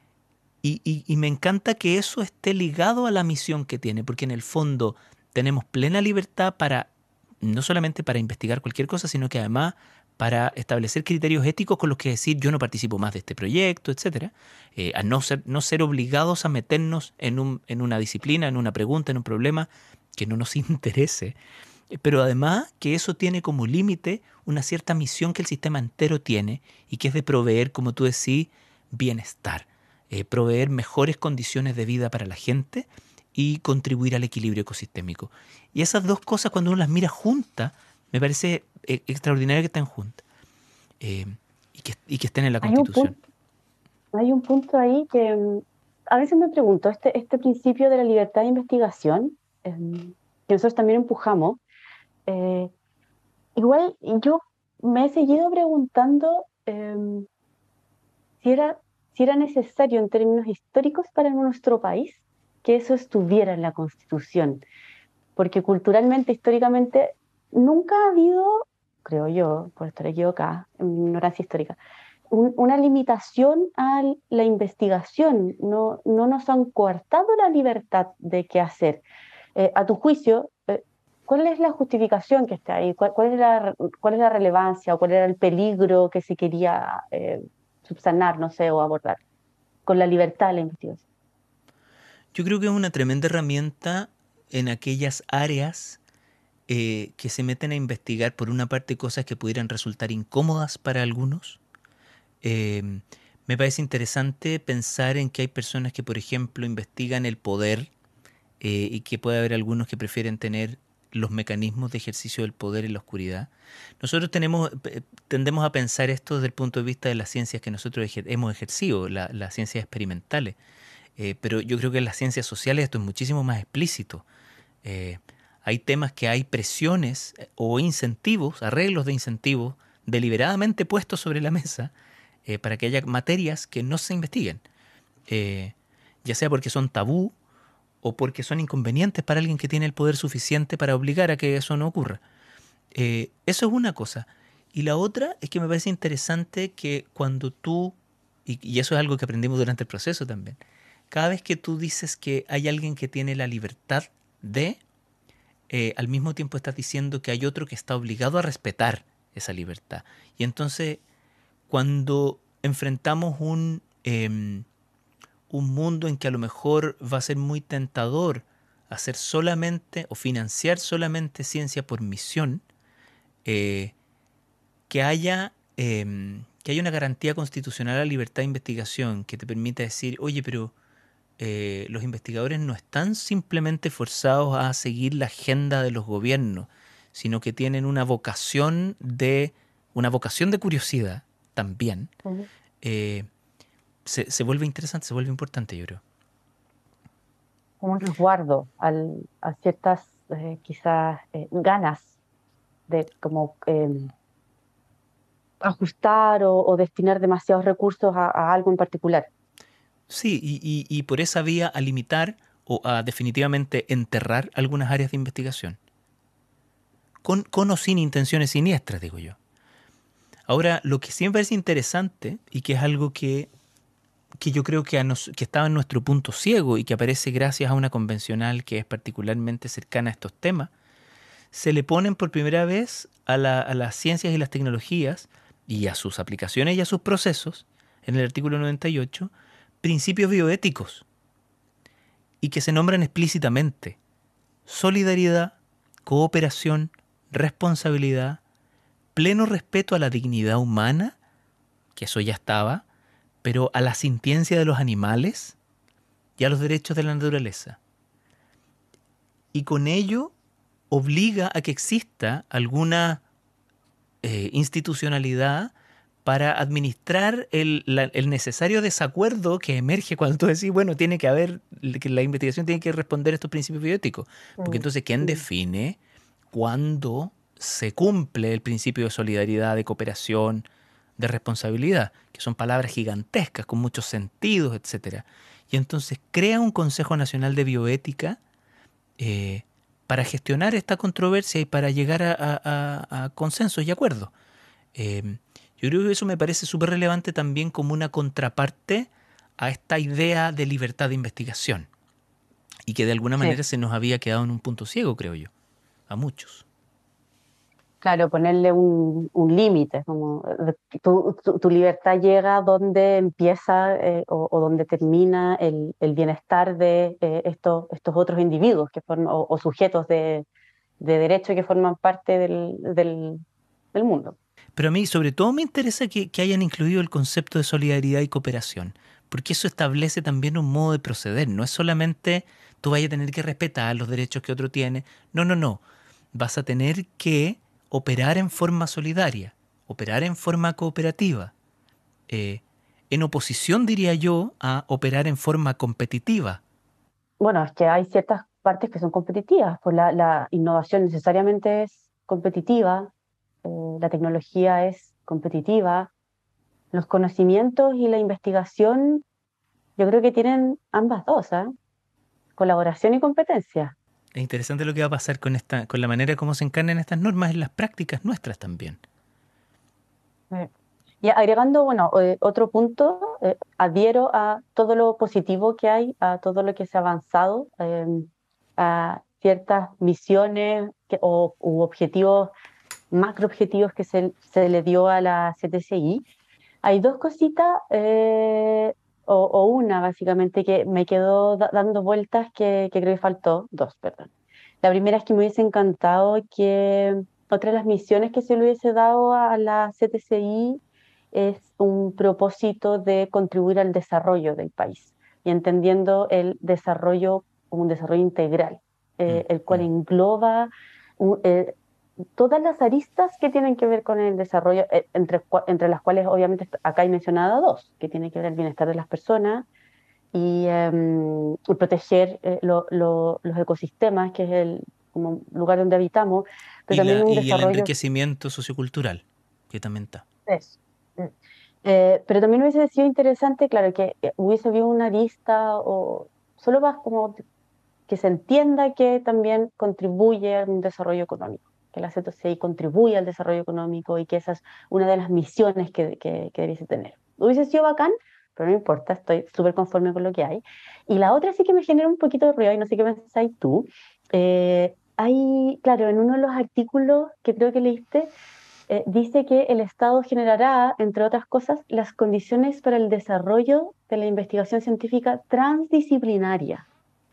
S1: y, y, y me encanta que eso esté ligado a la misión que tiene, porque en el fondo tenemos plena libertad para, no solamente para investigar cualquier cosa, sino que además para establecer criterios éticos con los que decir yo no participo más de este proyecto, etcétera, eh, a no ser, no ser obligados a meternos en, un, en una disciplina, en una pregunta, en un problema que no nos interese. Pero además que eso tiene como límite una cierta misión que el sistema entero tiene y que es de proveer, como tú decís, bienestar, eh, proveer mejores condiciones de vida para la gente y contribuir al equilibrio ecosistémico. Y esas dos cosas, cuando uno las mira juntas, me parece eh, extraordinario que estén juntas eh, y, que, y que estén en la
S2: hay un
S1: Constitución.
S2: punto, hay un punto ahí que mm, a veces me pregunto, este, este principio de la libertad de investigación, eh, que nosotros también empujamos, eh, igual yo me he seguido preguntando eh, si era, si era necesario en términos históricos para nuestro país que eso estuviera en la Constitución, porque culturalmente, históricamente, nunca ha habido, creo yo, por estar equivocada, en mi ignorancia histórica, un, una limitación a la investigación. No, no nos han coartado la libertad de qué hacer. Eh, a tu juicio, eh, ¿cuál es la justificación que está ahí? ¿Cuál, cuál, es la, ¿Cuál es la relevancia o cuál era el peligro que se quería eh, subsanar, no sé, o abordar con la libertad de la investigación?
S1: Yo creo que es una tremenda herramienta en aquellas áreas eh, que se meten a investigar, por una parte, cosas que pudieran resultar incómodas para algunos. Eh, me parece interesante pensar en que hay personas que, por ejemplo, investigan el poder eh, y que puede haber algunos que prefieren tener los mecanismos de ejercicio del poder en la oscuridad. Nosotros tenemos, eh, tendemos a pensar esto desde el punto de vista de las ciencias que nosotros ejer- hemos ejercido, la- las ciencias experimentales. Eh, pero yo creo que en las ciencias sociales esto es muchísimo más explícito. Eh, hay temas que hay presiones eh, o incentivos, arreglos de incentivos deliberadamente puestos sobre la mesa eh, para que haya materias que no se investiguen, eh, ya sea porque son tabú o porque son inconvenientes para alguien que tiene el poder suficiente para obligar a que eso no ocurra. Eh, eso es una cosa. Y la otra es que me parece interesante que cuando tú, y, y eso es algo que aprendimos durante el proceso también, cada vez que tú dices que hay alguien que tiene la libertad de, eh, al mismo tiempo estás diciendo que hay otro que está obligado a respetar esa libertad. Y entonces, cuando enfrentamos un, em, un mundo en que a lo mejor va a ser muy tentador hacer solamente o financiar solamente ciencia por misión, eh, que haya, em, que haya una garantía constitucional a la libertad de investigación que te permita decir, oye, pero eh, los investigadores no están simplemente forzados a seguir la agenda de los gobiernos, sino que tienen una vocación de, una vocación de curiosidad también.
S2: Ujú.
S1: eh, se, se vuelve interesante, se vuelve importante, yo creo.
S2: Como un resguardo al, a ciertas eh, quizás eh, ganas de como eh, ajustar o, o destinar demasiados recursos a, a algo en particular.
S1: Sí, y, y, y por esa vía a limitar o a definitivamente enterrar algunas áreas de investigación, con, con o sin intenciones siniestras, digo yo. Ahora, lo que siempre es interesante y que es algo que, que yo creo que, a nos, que estaba en nuestro punto ciego y que aparece gracias a una convencional que es particularmente cercana a estos temas, se le ponen por primera vez a, la, a las ciencias y las tecnologías y a sus aplicaciones y a sus procesos, en el artículo noventa y ocho, principios bioéticos y que se nombran explícitamente: solidaridad, cooperación, responsabilidad, pleno respeto a la dignidad humana, que eso ya estaba, pero a la sintiencia de los animales y a los derechos de la naturaleza. Y con ello obliga a que exista alguna eh, institucionalidad para administrar el, la- el necesario desacuerdo que emerge cuando tú decís, bueno, tiene que haber, que la investigación tiene que responder a estos principios bioéticos. Porque
S2: Mm,
S1: entonces, ¿quién
S2: mm.
S1: define cuándo se cumple el principio de solidaridad, de cooperación, de responsabilidad? Que son palabras gigantescas, con muchos sentidos, etcétera. Y entonces crea un Consejo Nacional de Bioética eh, para gestionar esta controversia y para llegar a, a- a- a consensos y acuerdos. Eh, yo creo que eso me parece súper relevante también como una contraparte a esta idea de libertad de investigación y que de alguna
S2: Sí,
S1: manera se nos había quedado en un punto ciego, creo yo, a muchos.
S2: claro, ponerle un, un límite, como eh, tu, tu- tu libertad llega donde empieza eh, o, o donde termina el, el bienestar de eh, estos, estos otros individuos que forman, o, o sujetos de, de derecho que forman parte del, del, del mundo.
S1: Pero a mí sobre todo me interesa que, que hayan incluido el concepto de solidaridad y cooperación, porque eso establece también un modo de proceder. No es solamente tú vayas a tener que respetar los derechos que otro tiene. No, no, no. Vas a tener que operar en forma solidaria, operar en forma cooperativa, eh, en oposición, diría yo, a operar en forma competitiva.
S2: Bueno, es que hay ciertas partes que son competitivas, pues la, la innovación necesariamente es competitiva, eh, la tecnología es competitiva, los conocimientos y la investigación yo creo que tienen ambas dos, ¿ah? Colaboración y competencia.
S1: Es interesante lo que va a pasar con esta, con la manera como se encarnan estas normas en las prácticas nuestras también.
S2: Eh, Y agregando, bueno, eh, otro punto, eh, adhiero a todo lo positivo que hay, a todo lo que se ha avanzado, eh, a ciertas misiones que- o, u objetivos, macroobjetivos que se, se le dio a la C T C I. Hay dos cositas eh, o, o una básicamente que me quedó da- dando vueltas que, que creo que faltó, dos, perdón. La primera es que me hubiese encantado que otra de las misiones que se le hubiese dado a la C T C I es un propósito de contribuir al desarrollo del país y entendiendo el desarrollo como un desarrollo integral, eh,
S1: Mm,
S2: el cual
S1: mm.
S2: engloba un- eh, todas las aristas que tienen que ver con el desarrollo, eh, entre, cua- entre las cuales obviamente est- acá hay mencionado dos, que tienen que ver el bienestar de las personas y, em, y proteger eh, lo- lo- los ecosistemas, que es el como lugar donde habitamos, pero
S1: Y,
S2: también
S1: la,
S2: un
S1: y el
S2: desarrollo.
S1: enriquecimiento sociocultural, que también está.
S2: Eso. Mm. Eh, pero también hubiese sido interesante, claro, que eh, hubiese habido una lista o solo más como que se entienda que también contribuye a un desarrollo económico, que la C T C I contribuye al desarrollo económico y que esa es una de las misiones que, que, que debiese tener. Hubiese sido bacán, pero no importa, estoy súper conforme con lo que hay. Y la otra sí que me genera un poquito de ruido, y no sé qué pensáis tú. Eh, hay, claro, en uno de los artículos que creo que leíste, eh, dice que el Estado generará, entre otras cosas, las condiciones para el desarrollo de la investigación científica transdisciplinaria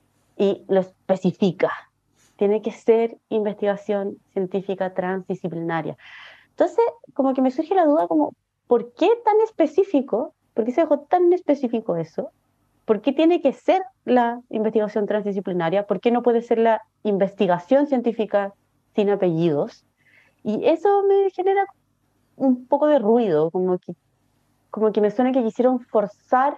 S2: y lo especifica. Tiene que ser investigación científica transdisciplinaria. Entonces, como que me surge la duda como, ¿por qué tan específico? ¿Por qué se dejó tan específico eso? ¿Por qué tiene que ser la investigación transdisciplinaria? ¿Por qué no puede ser la investigación científica sin apellidos? Y eso me genera un poco de ruido, como que, como que me suena que quisieron forzar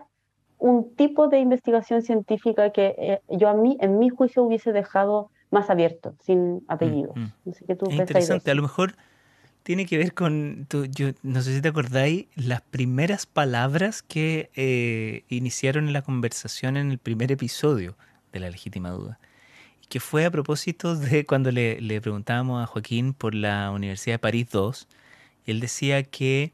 S2: un tipo de investigación científica que eh, yo a mí, en mi juicio, hubiese dejado más abierto, sin
S1: Mm,
S2: apellidos.
S1: mm.
S2: No sé qué tú
S1: Es
S2: pensáis de
S1: interesante, a
S2: eso.
S1: lo mejor tiene que ver con, tú- yo no sé si te acordáis, las primeras palabras que eh, iniciaron la conversación en el primer episodio de La Legítima Duda, que fue a propósito de cuando le, le preguntábamos a Joaquín por la Universidad de París dos, y él decía que,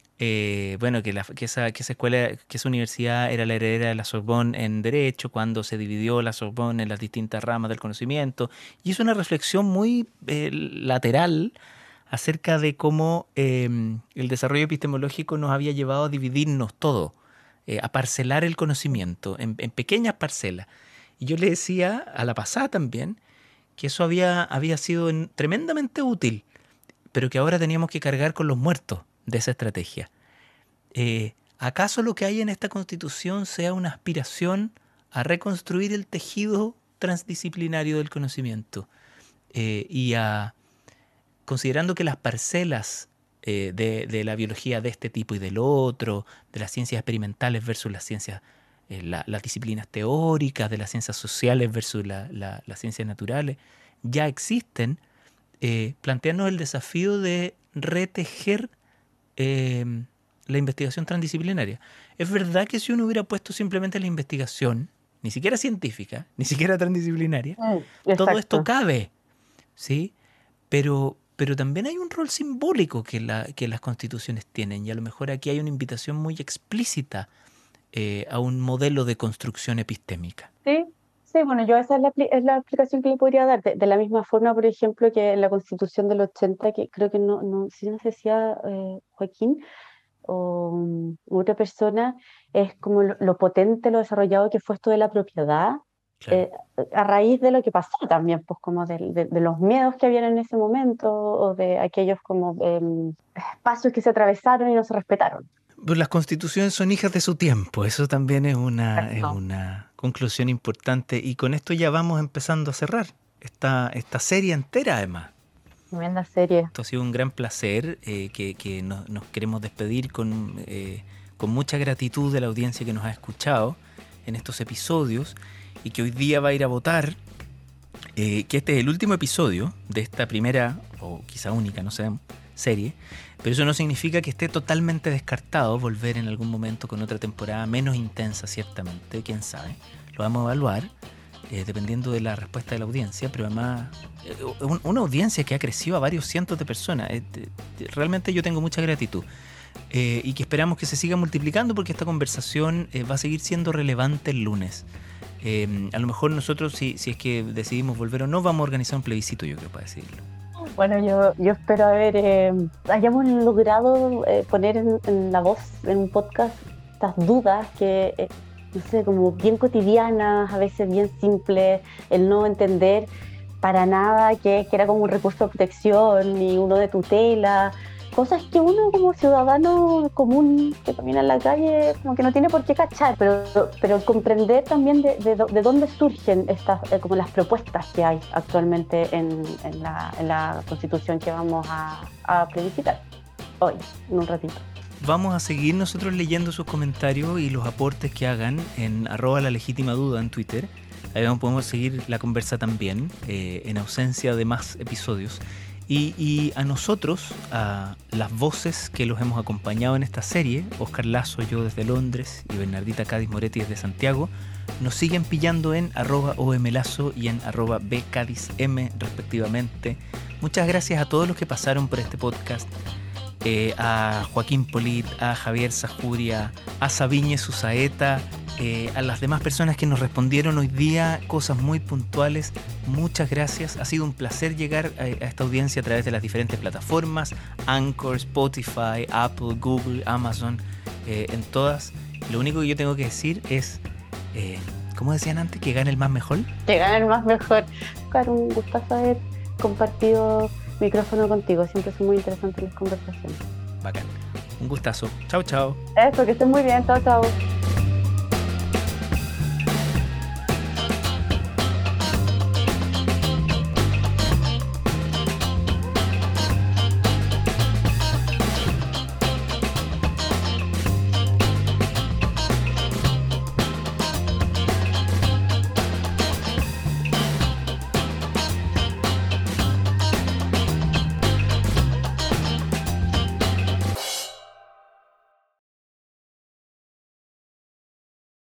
S1: eh, bueno, que, la- que esa, que esa escuela, que esa universidad era la heredera de la Sorbonne en Derecho, cuando se dividió la Sorbonne en las distintas ramas del conocimiento, y es una reflexión muy eh, lateral acerca de cómo eh, el desarrollo epistemológico nos había llevado a dividirnos todo, eh, a parcelar el conocimiento en, en pequeñas parcelas. Y yo le decía a la pasada también que eso había, había sido en- tremendamente útil, pero que ahora teníamos que cargar con los muertos de esa estrategia. Eh, ¿Acaso lo que hay en esta constitución sea una aspiración a reconstruir el tejido transdisciplinario del conocimiento eh, y a considerando que las parcelas eh, de, de la biología de este tipo y del otro, de las ciencias experimentales versus las ciencias, eh, la- las disciplinas teóricas, de las ciencias sociales versus la- la- las ciencias naturales, ya existen, eh, plantearnos el desafío de retejer eh, la investigación transdisciplinaria. Es verdad que si uno hubiera puesto simplemente la investigación, ni siquiera científica, ni siquiera transdisciplinaria,
S2: Mm,
S1: todo esto
S2: exacto.
S1: cabe, ¿sí? Pero, pero también hay un rol simbólico que, la, que las constituciones tienen, y a lo mejor aquí hay una invitación muy explícita eh, a un modelo de construcción epistémica.
S2: Sí, sí, bueno, yo esa es la, apli- es la explicación que le podría dar. De, de la misma forma, por ejemplo, que en la Constitución del ochenta, que creo que no, no, si no sé si decía eh, Joaquín o mm, otra persona, es como lo, lo potente, lo desarrollado que fue esto de la propiedad,
S1: Claro.
S2: eh, a raíz de lo que pasó también, pues como de, de- de los miedos que habían en ese momento o de aquellos como em, espacios que se atravesaron y no se respetaron.
S1: Pues las constituciones son hijas de su tiempo, eso también es una, es
S2: Exacto.
S1: una conclusión importante, y con esto ya vamos empezando a cerrar esta, esta serie entera además.
S2: Tremenda serie.
S1: Esto ha sido un gran placer, eh, que, que nos, nos queremos despedir con, eh, con mucha gratitud de la audiencia que nos ha escuchado en estos episodios y que hoy día va a ir a votar, eh, que este es el último episodio de esta primera, o quizá única, no sé, serie, pero eso no significa que esté totalmente descartado volver en algún momento con otra temporada menos intensa, ciertamente, quién sabe, lo vamos a evaluar. Eh, dependiendo de la respuesta de la audiencia, pero además eh, un- una audiencia que ha crecido a varios cientos de personas. Eh, te- te- realmente yo tengo mucha gratitud eh, y que esperamos que se siga multiplicando porque esta conversación eh, va a seguir siendo relevante el lunes. Eh, a lo mejor nosotros, si, si es que decidimos volver o no, vamos a organizar un plebiscito, yo creo, para decidirlo.
S2: Bueno, yo, yo espero haber, eh, hayamos logrado eh, poner en, en la voz en un podcast estas dudas que, eh, no sé, como bien cotidianas, a veces bien simples, el no entender para nada que, que era como un recurso de protección ni uno de tutela, cosas que uno como ciudadano común que camina en la calle como que no tiene por qué cachar, pero, pero comprender también de, de, de dónde surgen estas, eh, como las propuestas que hay actualmente en, en, la, en la Constitución que vamos a, a plebiscitar hoy, en un ratito.
S1: Vamos a seguir nosotros leyendo sus comentarios y los aportes que hagan en arroba la legítima duda en Twitter. Ahí podemos seguir la conversa también, eh, en ausencia de más episodios. Y, y a nosotros, a las voces que los hemos acompañado en esta serie, Oscar Lazo, yo desde Londres, y Bernardita Cádiz Moretti desde Santiago, nos siguen pillando en arroba omlazo y en arroba bcadizm respectivamente. Muchas gracias a todos los que pasaron por este podcast. Eh, a Joaquín Polit, a Javier Sajuria, a Sabiñe Susaeta, eh, a las demás personas que nos respondieron hoy día cosas muy puntuales. Muchas gracias, ha sido un placer llegar a, a esta audiencia a través de las diferentes plataformas, Anchor, Spotify, Apple, Google, Amazon, eh, en todas. Lo único que yo tengo que decir es, eh, ¿cómo decían antes? Que gane el más mejor.
S2: Que gane el más mejor. Claro, un gustazo haber compartido micrófono contigo, siempre son muy interesantes las conversaciones.
S1: Bacán. Un gustazo. Chao, chao.
S2: Eso, que estés muy bien. Chao, chao.